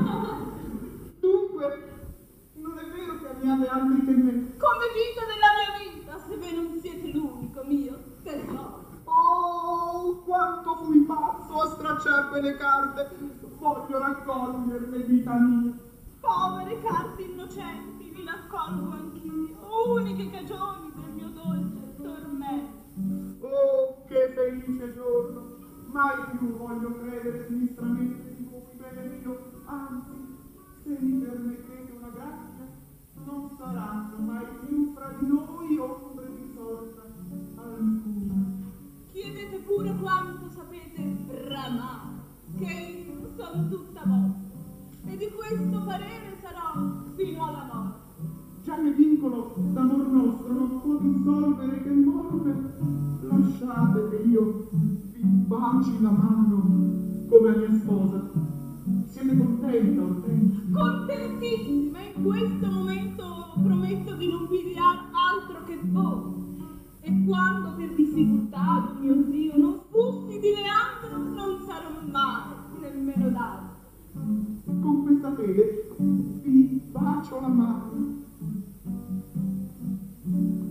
Dunque, non è vero che abbiate altri che me. Come vita della mia vita, se ve non siete l'unico mio tesoro. Oh, quanto fui pazzo a stracciar quelle carte! Voglio raccoglierle, vita mia. Povere carte innocenti, vi raccolgo anch'io, uniche cagioni del mio dolce tormento. Oh, che felice giorno! Mai più voglio credere sinistramente di voi, bene mio. Anzi, se mi permettete una grazia, non saranno mai più fra di noi ombre di sorta alcuna. Chiedete pure quanto sapete bramare, che io sono tutta vostra, e di questo parere sarò fino alla morte. Già che vincolo d'amor nostro non può dissolvere che morte, lasciate che io vi baci la mano come a mia sposa. Siete contenta, Ortensia? Contentissima, in questo momento prometto di non pigliar altro che voi. E quando per difficoltà, mio zio, non fossi di Leandro, non sarò mai nemmeno dato. Con questa fede vi bacio la mano.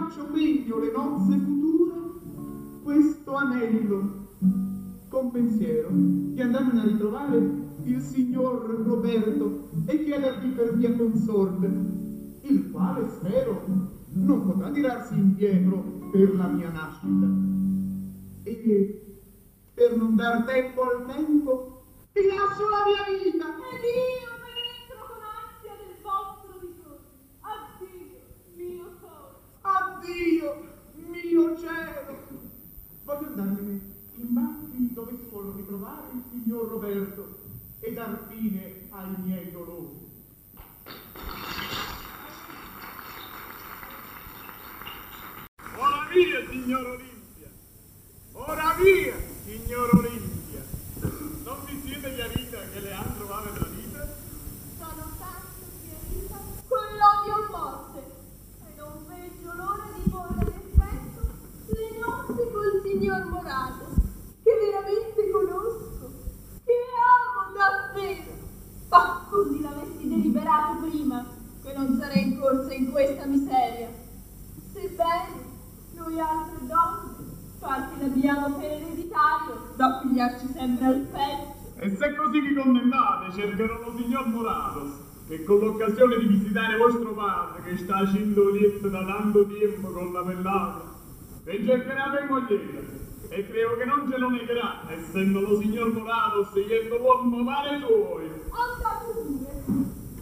faccio meglio le nozze future questo anello, con pensiero di andarmene a ritrovare il signor Roberto e chiedergli per via consorte, il quale spero non potrà tirarsi indietro per la mia nascita. E per non dar tempo al tempo ti lascio la mia vita. Ed io me ne entro con ansia del vostro ritorno. Addio, mio sole. Addio, mio cielo. Voglio andarmene in banchi dove suolo ritrovare il signor Roberto e dar fine ai miei dolori. Ora via, signor Olimpia! Ora via, signor Olimpia! Non vi siete chiarita che Leandro vale la vita? Sono tanto chiarita con l'odio a morte e non veggio l'ora di porre ad effetto le nozze col signor Morato, che veramente conosco, che amo davvero. Ma così l'avessi deliberato prima, che non sarei incorsa in questa miseria. Sebbene noi altre donne, qualche l'abbiamo per ereditario, da pigliarci sempre al peggio. E se così vi commendate, cercherò lo signor Moratos, che con l'occasione di visitare vostro padre, che sta facendo lieto da tanto tempo con la pellata, vi cercherà per mogliere. E credo che non ce lo negherà, essendo lo signor Moratos e l'uomo male suoi. Andate pure.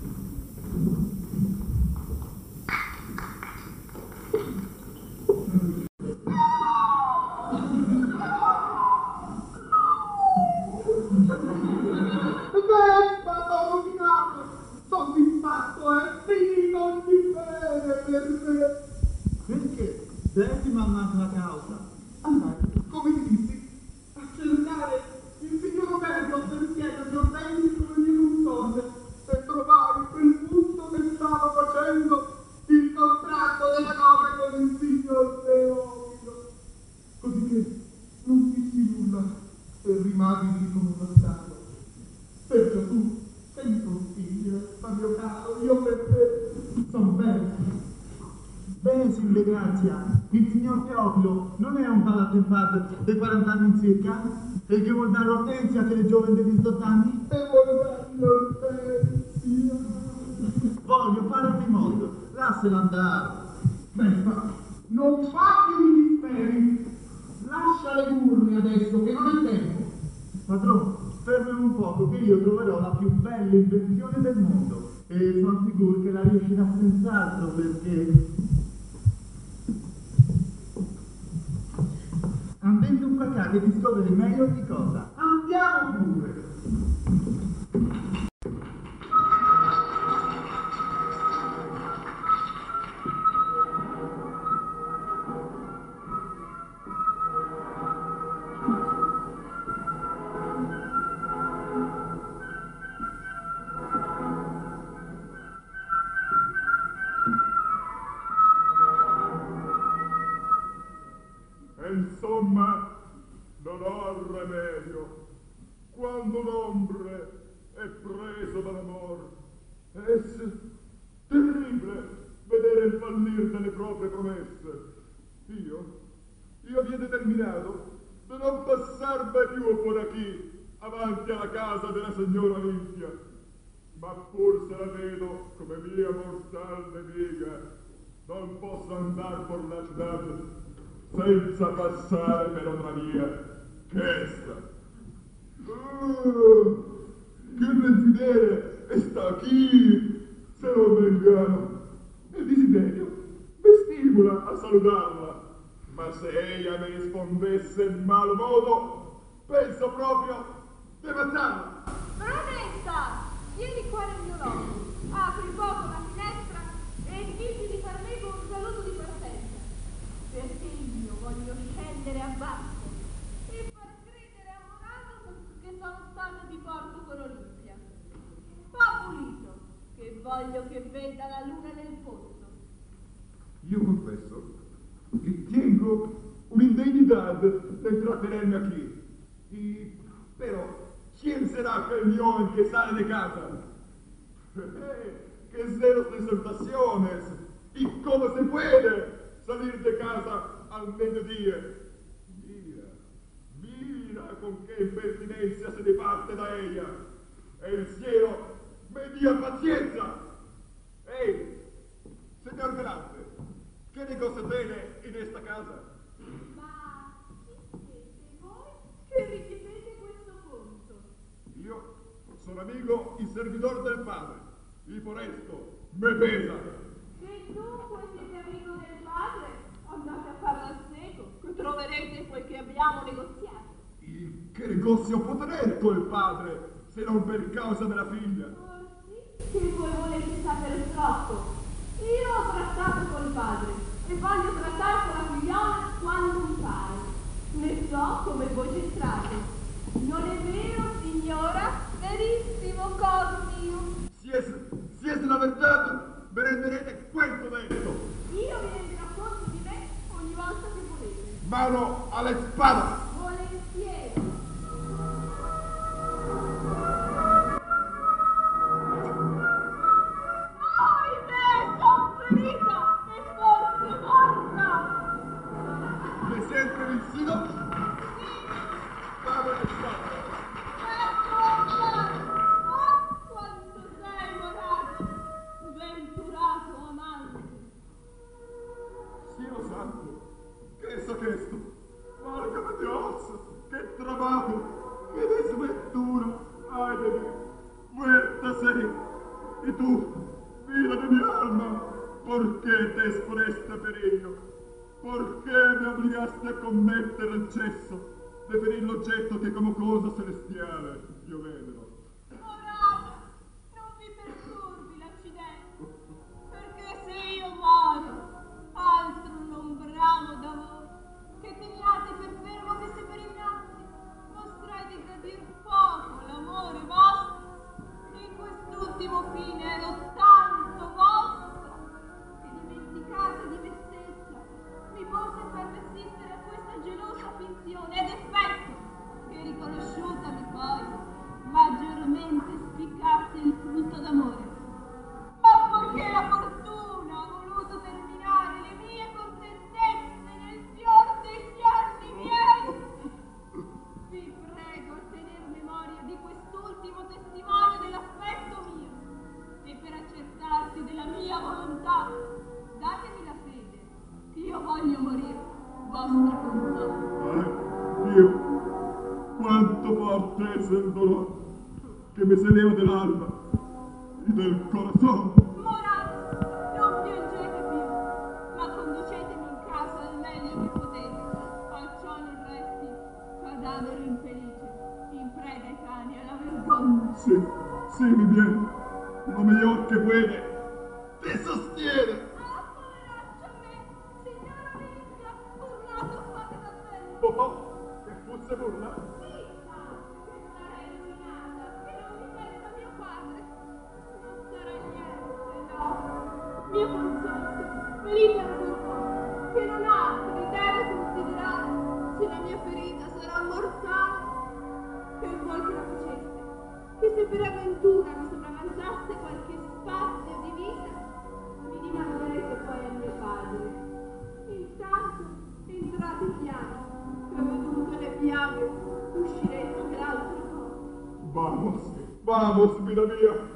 Vespa, rovinato! Sono disfatto, è finito ogni bene per me! Perché? Decima ammazza la causa. Andai, come ti dissi, a cercare il signor Roberto per chiedergli ordini come mie consorte e trovai quel punto che stavo facendo il contratto della nome con il signor Teofilo. Così che non dissi nulla e rimasi lì come uno stato. Perciò tu sei il consiglio, ma mio caro, io per te sono bene. Bene, Silvia Grazia, il signor Teofilo non è un palatempad dei quaranta anni in circa? E che vuol dare Ortensia che le giovani dei diciotto anni? E vuole darmi Ortensia. Voglio fare ogni modo, lasciala andare. Vespa, non farti i disperi. Lascia le urne adesso, che non è tempo. Padrone, fermami un poco che io troverò la più bella invenzione del mondo. E sono sicuro che la riuscirà senz'altro perché... Andando un qua che ti scopri meglio ogni cosa. Andiamo pure. Insomma, non ho remedio. Quando l'ombre è preso dall'amor, è terribile vedere il fallir delle proprie promesse. Io, io vi ho determinato di non passar mai più por qui, avanti alla casa della signora Olimpia. Ma pur se la vedo come mia mortal nemica, non posso andar por la città senza passare per una via che essa. Oh, che desiderio sta qui, se non me inganno. Il desiderio mi stimola a salutarla, ma se ella mi rispondesse in malo modo, penso proprio di matarla. Baronessa, vieni qua nel mio loco. Apri poco la finestra e digli di far me un saluto di partenza, perché io voglio scendere a basso e far credere a Morato che sono stata di porto con Olimpia. Fa pulito, che voglio che veda la luna nel pozzo. Io confesso che tengo un'indegnità nel trattenermi qui. E, però, chi sarà quel mio che sale di casa? Eh, che zeros de exaltaciones, y como se puede, salir de casa al mediodía. Mira, mira con qué impertinencia se departe da ella. El cielo me dia paciencia. Ehi, señor Galante, ¿qué negocio tiene en esta casa? Ma chi siete voi che richiedete questo conto? Io sono amico y servidor del padre, y por esto me pesa. Se dunque siete amico del padre, andate a farlo al seco, che troverete quel che abbiamo negoziato. ¿Y qué negocio può tener col padre se non per causa della figlia? Che voi volete sapere troppo. Io ho trattato col padre e voglio trattare con la figliola quando mi pare. Ne so come voi c'entrate. Non è vero, signora? Verissimo, cor mio. Si es, si es la verdad, me renderete cuento de esto. Io vi renderò conto di me ogni volta che volete. Mano alla spada. Volentieri. Ahimè, son ferita e forse morta. ¿Me siempre vencido? Mano alla spada. Oh, quanto sei morato, venturato amante. Cielo santo, ¿qué es esto? Válgame Dios, qué trabajo, qué desventura. Ay de mí, muerta seré. Y tú, vida de mi alma, ¿por qué te exponeste a peligro? ¿Por qué me obligaste a commettere el cesso, preferir l'oggetto che come cosa celestiale io vedero? Morata, non vi perturbi l'accidente, perché se io moro, altro non bramo da voi, che teniate per fermo che se per innanzi mostrai di gradir poco l'amore vostro. In quest'ultimo fine ero tanto vostra, che dimenticata di me stessa, mi posso far resistere a questa gelosa finzione ed effetto, che riconosciutami poi, maggiormente spiccasse il frutto d'amore. Ma poiché la fortuna ha voluto terminare le mie contentezze nel fior degli anni miei, vi prego a tener memoria di quest'ultimo testimonio dell'aspetto mio, e per accertarsi della mia volontà, datemi la fede, io voglio morire, vostra consorte. Ay, Dio, quanto forte es el dolor que me se leva del alma y del corazón. Morate, non piangete più, ma conducetemi in casa al meglio che potete, acciò non resti cadavere infelice, in preda ai cani e alla vergogna. Sí, sí, mi bien, lo mejor que puede, te sostiene. Ah, poveraccio me, signora Lidia, urlato fate davvero. Oh, oh, che fosse burla. Sì, ma che sarei rovinata, che non mi pensa mio padre. Non sarà niente, no. Mio consorte, venite ancora qua, che non altri deve considerare se la mia ferita sarà mortale. Che vuol che la faceste? Che se per avventura mi sopravanzasse qualche spazio di vita, mi dimanderete poi a mio padre. Intanto entrate piano, che vedute le piaghe, uscirete per altre cose. Vamos, vamos, vida mía.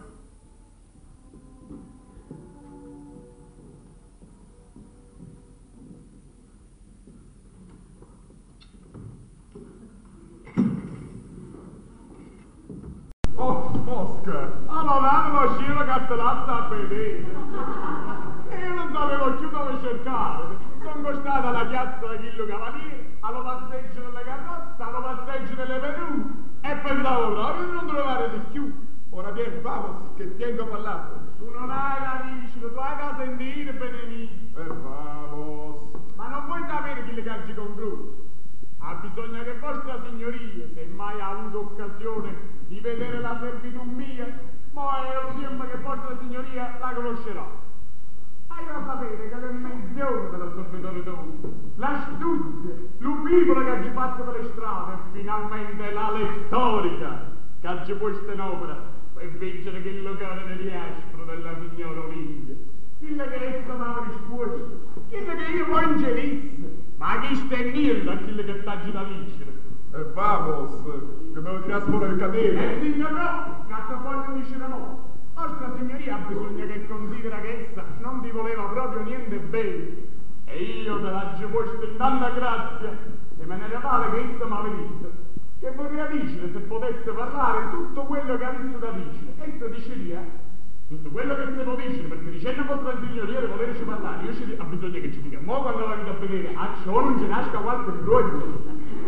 Oh, Oscar, allora lo sciro castellazza a vedere. Io non sapevo più dove cercare. Sono costato alla piazza da Chillo Cavaliere, allo passeggio delle carrozze, allo passeggio delle vedute, e pensavo proprio di non trovare di più. Ora vieni, vamos, che tengo a parlare. Tu non hai amici, tu hai casa in dire, benedito. E vamos. Ma non vuoi sapere chi le cacci con Cruz? Ha bisogno che vostra signoria, se mai ha avuto occasione di vedere la servitù mia, ma è un film che vostra signoria la conoscerà. Hai da sapere che l'invenzione della servitore d'oro, l'astuzia, l'upipolo che ci fatto per le strade, e finalmente la lettorica che ci posta in opera per vincere quel locale di riespro della signora Olivia. Quella che essa mi ha risposto. quello che io poi ingerisse. Ma chi sta in niente a quello che t'aggi da vincere? E vamos, che me lo dirà solo il cadere. Eh, signor no, cazzo voglio dicere no. Vostra signoria ha bisogno che considera che essa non ti voleva proprio niente bene. E io te l'aggi posto in tanta grazia, e me ne vale che essa m'ha venuto. Che vorrei dire se potesse parlare tutto quello che ha visto da vicino. Essa diceria tutto quello che se può dire, perché dicendo a vostra signoria di volerci parlare, io ci, ha bisogno che ci dica, mo quando la vedo a vedere, a ciò non ce nasca qualche brogno.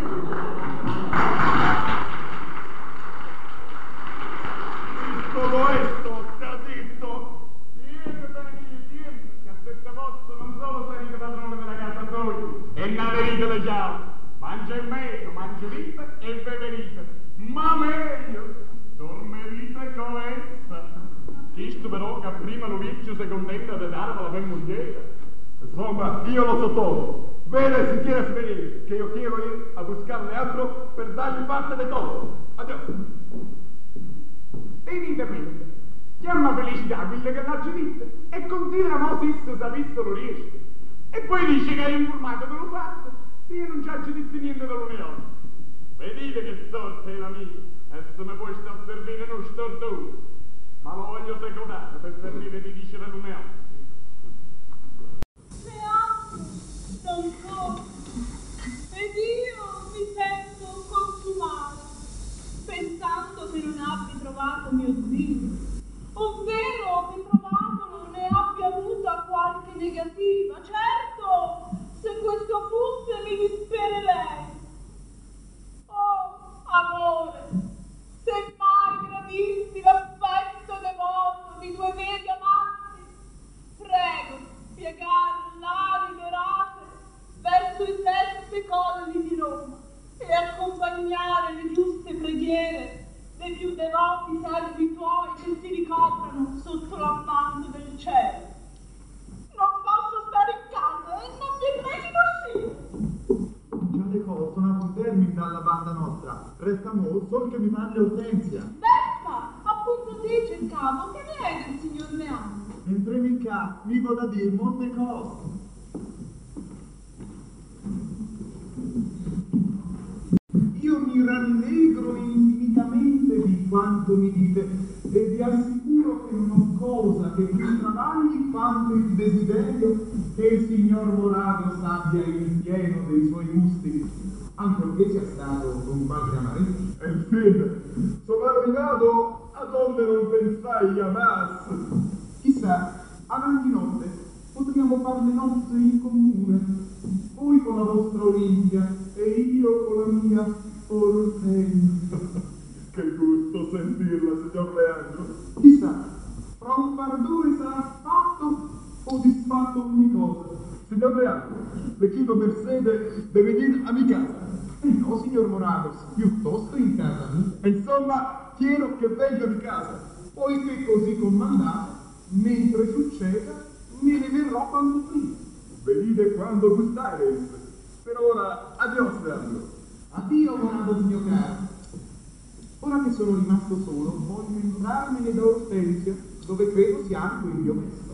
Zitto questo, sta zitto! Niente, bene, niente, che a queste posto non solo sei il padrone della casa tua, e non avete le chiavi, mangia in meno, mangerite e beverite, ma meglio, dormerite con essa. Questo però che prima lo vecchio si contenta di dare alla femmugliera. Insomma, io lo so todo. Bene, si quiere venire, che io quiero ir a buscarle altro per dargli parte de todo. Adiós. Evidentemente, chiama felicità quello che l'ha detto e considera mo se se sapesse lo riesce. E poi dice che hai informato te lo fatto, se io non ci ho detto niente dell'unione. Vedete che sorte è la mia, e se mi puoi star servire non sto tu. Ma lo voglio secondare per servire di dicere l'unione. Beato, non so, ed io mi sento consumata, pensando che non abbia trovato mio zio, ovvero che trovatolo ne abbia avuta qualche negativa. Certo, se questo fosse mi dispererei. Oh, amore, se mai gradissi l'affetto devoto di due veri amanti, prego piegare l'ali dorate verso i sette colli di Roma e accompagnare le giuste preghiere dei più devoti servi tuoi che si ricoprono sotto l'ammanto del cielo. Non posso stare in casa e non mi è precito uscire. Già le cose sono a un termine dalla banda nostra. Resta mo solo che mi parli Ortensia. Vespa, appunto te cercavo, che ne è del signor Leandro? Entrami in casa, mi vado a dire molte cose. Io mi rallegro infinitamente di quanto mi dite e vi assicuro che non ho cosa che mi travagli quanto il desiderio che il signor Morado sappia il pieno dei suoi gusti, ancorché sia stato un padre amaretto. E infine, sono arrivato a donde non pensai jamás. Chissà, avanti notte potremmo fare le nozze in comune, voi con la vostra Olimpia e io con la mia Ortensia. Che gusto sentirla, signor Leandro. Chissà, fra un pardone sarà fatto o disfatto ogni cosa. Signor Leandro, le chiedo mercede di venire a mi casa. Eh no, signor Morados, piuttosto in casa mia. Insomma, quiero che venga di casa. Poiché così comandate, mentre succeda, me ne verrò quanto prima. Venite quando gustares. Per ora, adios, Leandro. Addio, Morados mio caro. Ora che sono rimasto solo, voglio entrarmene da Ortensia, dove credo sia anche il mio Vespa.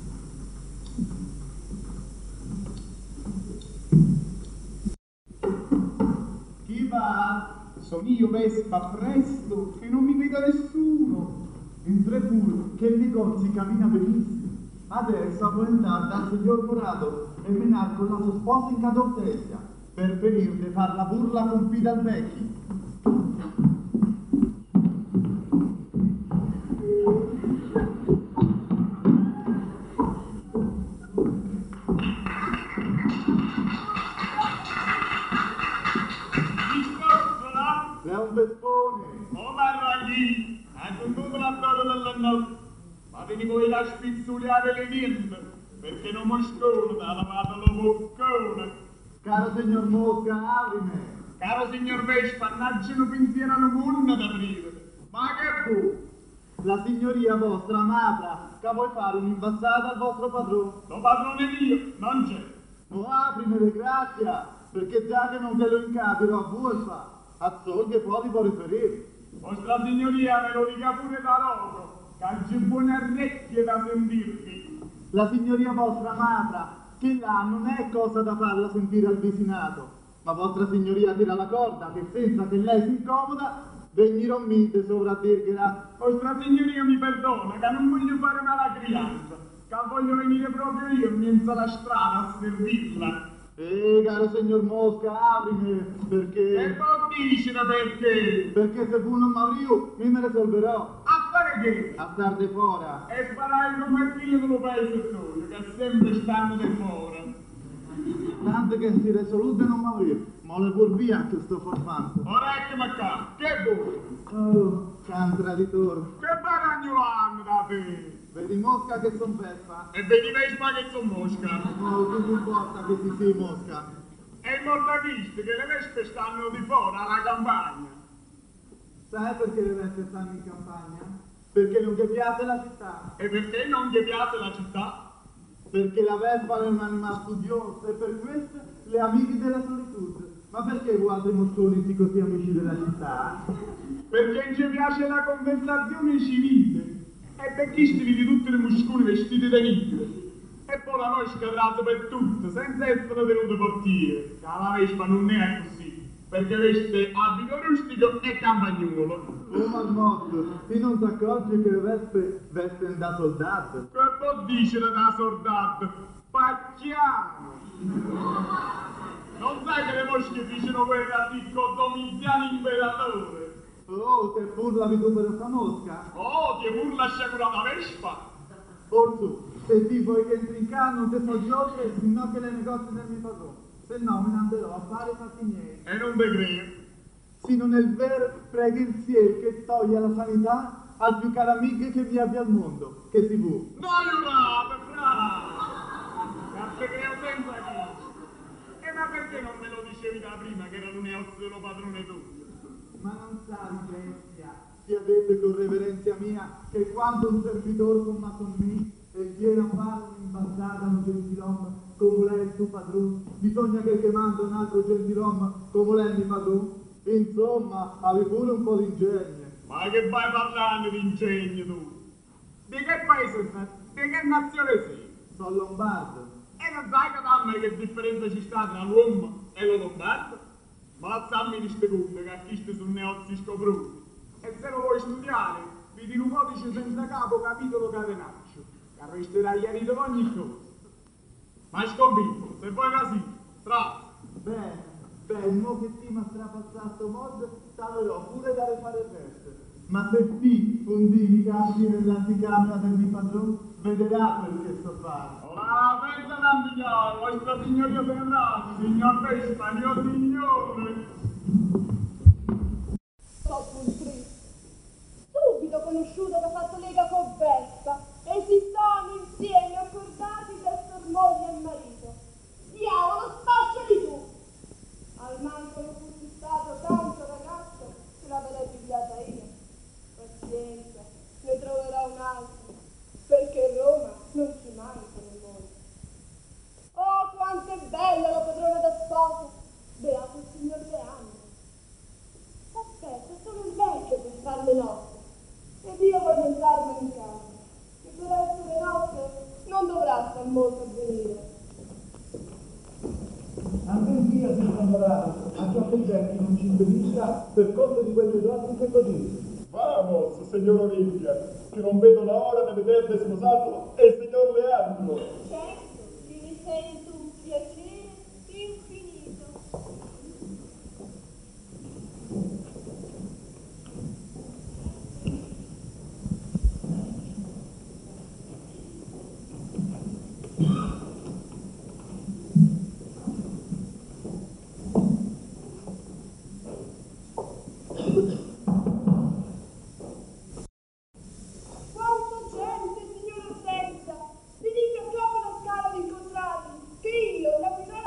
Chi va? Sono io, Vespa, presto, che non mi veda nessuno. Entré pur che il negozio cammina benissimo. Adesso può andare dal signor Morado e menar con la sua sposa in casa Ortensia per venire di far la burla con Fidel Vecchi. È un vespone. Oh, ma lì, anche tu me la storia della notte. Ma veni voi la spizzuliare le niente, perché non moscone da lavato lo boccone. Caro signor Mosca, aprime. Caro signor Vespa, annaggia un pensiero alla buona da aprire. Ma che fu? La signoria vostra m'apra, che vuoi fare un'imbassata al vostro padrone. Lo padrone mio, non c'è. O aprimele, grazia, perché già che non te lo incapiro a burfa, a sol che poi ti può riferire. Vostra signoria me lo dica pure da loco, che ha buone orecchie da sentirvi. La signoria vostra m'apra, che là non è cosa da farla sentire al vicinato, ma vostra signoria tira la corda che senza che lei si incomoda venirò mite sopra a dirgliela. Vostra signoria mi perdona, che non voglio fare male alla crianza, che voglio venire proprio io in mezzo alla strada a servirla. Eh, caro signor Mosca, aprimi, perché... E non dicene perché? Perché se tu non m'avrio, mi me ne salverò. A fare che? A star de fora. E farai come il figlio dello paese tuo, che sempre stanno di fora. Tanto che si risolute non m'avrio, ma le pur via che sto farfando. Ora eccomi qua, che vuoi? Oh, can traditore. Che baragnolano da te? Vedi Mosca che son Vespa? E vedi Vespa che son Mosca? No, non mi importa che ti sei Mosca. E il mortachista che le vespe stanno di fuori alla campagna. Sai perché le vespe stanno in campagna? Perché non ti piace la città. E perché non ti piace la città? Perché la Vespa è un animale studioso e per questo le amiche della solitudine. Ma perché voi altri mosconi siete così amici della città? Perché ci piace la conversazione civile. E perché sti vedi tutti i muscoli vestiti da nigro. E poi la noce cadrata per tutto, senza essere tenuto portiere. Che la Vespa non è così, perché veste abito rustico e campagnolo. Oh marmotto, ti non ti accorgi che le vespe vestono da soldato? Che può dire da soldato? Pacchiano! Non sai che le mosche dicono guerra a Ricco Domiziano imperatore? Oh, te burlavi tu per questa mosca? Oh, ti urla sciagurata la Vespa! Orsù, se ti vuoi che entri in casa non ti so giocare, sino che le negozi del mio padrone. Se no me ne andrò a fare i fatti miei. E non te credo. Sì, non è il vero, prega il cielo che toglie la sanità al più caro amico che vi abbia al mondo, che si può. No, aiutate, bravo! Cazzo che ho senza chi. E ma perché non me lo dicevi da prima che era un neozio dello padrone tuo? Ma non sai, bestia, sia detto con reverenzia mia, che quando un servitore come con me e viene a fare un'imbasata a un gentilom come lei il tuo padrone, bisogna che ti manda un altro gentilom come lei mi padrone. Insomma, avevi pure un po' di ingegno. Ma che vai parlando di ingegno tu? Di che paese sei? Di che nazione sei? Sono lombardo. E non sai che da me che differenza ci sta tra l'uomo e lo lombardo? Ma lazzammi di ste cunde che acquisti sul neozio scopruni. E se lo vuoi studiare, vedi un codice senza capo capitolo catenaccio, che arresterà gli ari di ogni cosa. Ma è sconvinto, se vuoi così, tra. Bene, bene, mo che ti mi ha strapazzato mod, t'avrò pure da fare feste. Ma se ti fondivi i capi nell'anticamera del mio padrone, vedrà quel che sto fare. Ah, pensa d'antigliare, vostra signoria se ne andrà, signor Vespa, mio signore. Troppo un triste. Subito conosciuto che ha fatto lega con Vespa e si stanno insieme accordati di essere moglie e marito. Diavolo, spacciali tu! Al manco non fossi stato tanto ragazzo, se l'avrei pigliata io. Pazienza, ne troverò un altro, perché Roma non si manca nel mondo. Oh, quanto è bella la padrona da sposa, beato il signor Leandro. Aspetta, sono il vecchio per far le nozze, ed io voglio entrarmene in casa, che per essere nozze non dovrà star molto a venire. Anche il mio si sta lavorando, a ciò che il vecchio non ci impedisca per conto di quelle donne che così. Vamos, signor Olimpia, che non vedo l'ora di vederti sposato e il signor Leandro. Certo, mi sento un piacere infinito. Quanta gente, signora Senza! Vi dica troppo la scala di incontrarvi, che io, la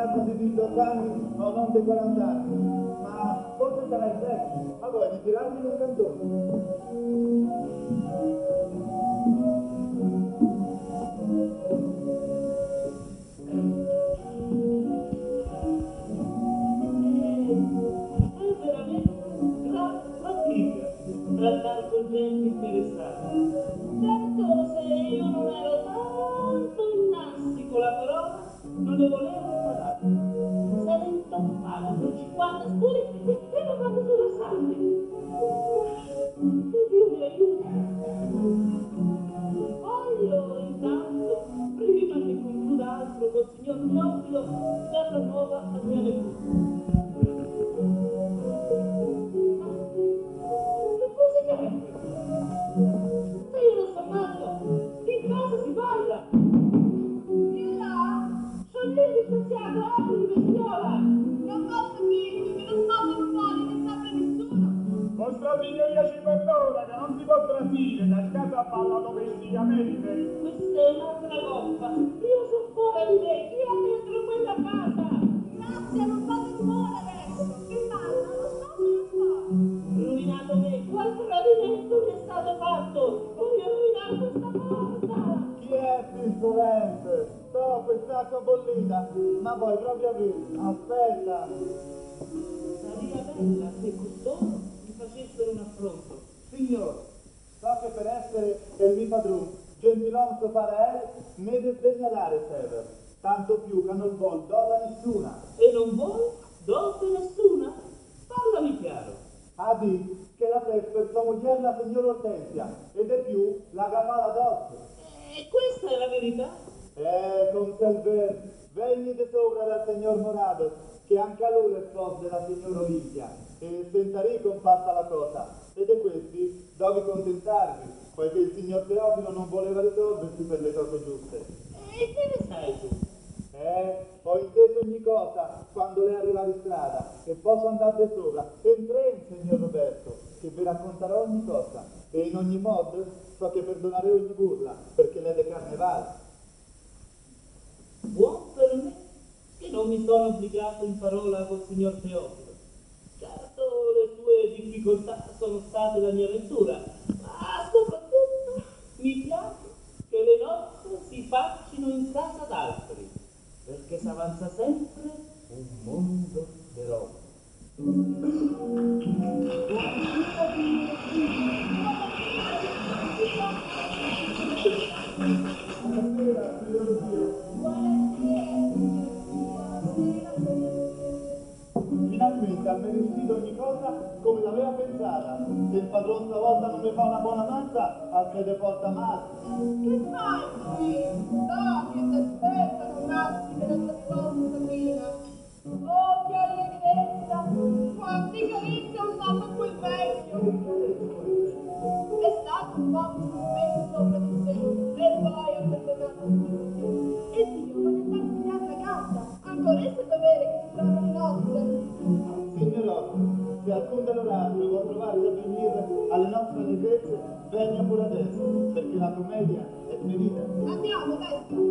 ragazza di diciotto anni o non di quaranta anni, ma forse sarà il vecchio. Ma vuoi ritirarmi in un cantone? È veramente gran fatica trattare con gente interessata. Certo, se io non ero tanto innanzi con la parola, non ne volevo parlare. Se ne intoppavo con cinquanta scuri e prima quando sono salvi. Che Dio mi aiuti. Voglio intanto, prima che concluda altro col signor Teofilo, dar la nuova a mia nipote. Che musica è? Se io non sto matto, in casa si balla. Chi là? Sono lì disgraziato, apri di bestiola. Non posso dirti che non posso fuori, ne sa nessuno. Vostra signoria ci perdona che non si può tradire, da casa balla domesticamente. Questa è un'altra colpa. Io sono fuori di me, chi ha dentro quella casa? Grazie, non fate rumore adesso. Che balla, lo so solo fuori. Rovinato me, qual tradimento mi è stato fatto? Voglio rovinare questa porta. Chi è insolente? So, quest'acqua bollita, ma vuoi proprio aprire? Aspetta. Sarebbe bella se costoro mi facessero un affronto. Signor, so che per essere il mio padrone, gentiluomo suo pare ne deve dare sever, tanto più che non vuol dota nessuna. E non vuoi dote nessuna? Parlami chiaro. Ha di che la festa per sua moglie la signora Ortensia, ed è più la capala d'osso. E questa è la verità? Eh, conserver, venite sopra dal signor Morado, che anche a lui è sposo della signora Olimpia, e senza ricon fatta la cosa. Ed è questi dove contentarvi, poiché il signor Teofilo non voleva risolversi per le cose giuste. E che ne sai tu? Eh, ho inteso ogni cosa quando lei arriva di strada e posso andare sopra. Entrei, signor Roberto, che vi racconterò ogni cosa e in ogni modo so che perdonare ogni burla perché lei è di carnevale. Buon per me che non mi sono obbligato in parola col signor Teofilo. Certo, le sue difficoltà sono state la mia ventura, ma soprattutto mi piace che le nozze si faccino in casa d'altri, perché s'avanza sempre un mondo di roba. Buonasera, signor Dio. Finalmente ha meritato ogni cosa come l'aveva pensata. Se il padrone stavolta non mi fa una buona manza, al fede porta male. Che fai qui? No, che ti aspettano, Massi, della tua sposa, Sabrina. Oh, che allegrezza! Quanti carizze ho dato a quel vecchio! È stato un po' messo sopra di sé e poi ha perdonato tutti. E Dio vuole andarsi in altra casa, ancora esse dovere che si trova di notte. Signorotto, se alcun dell'orario vuol trovarsi a venire alle nostre allegrezze, venga pure adesso, perché la commedia è finita. Andiamo, dai!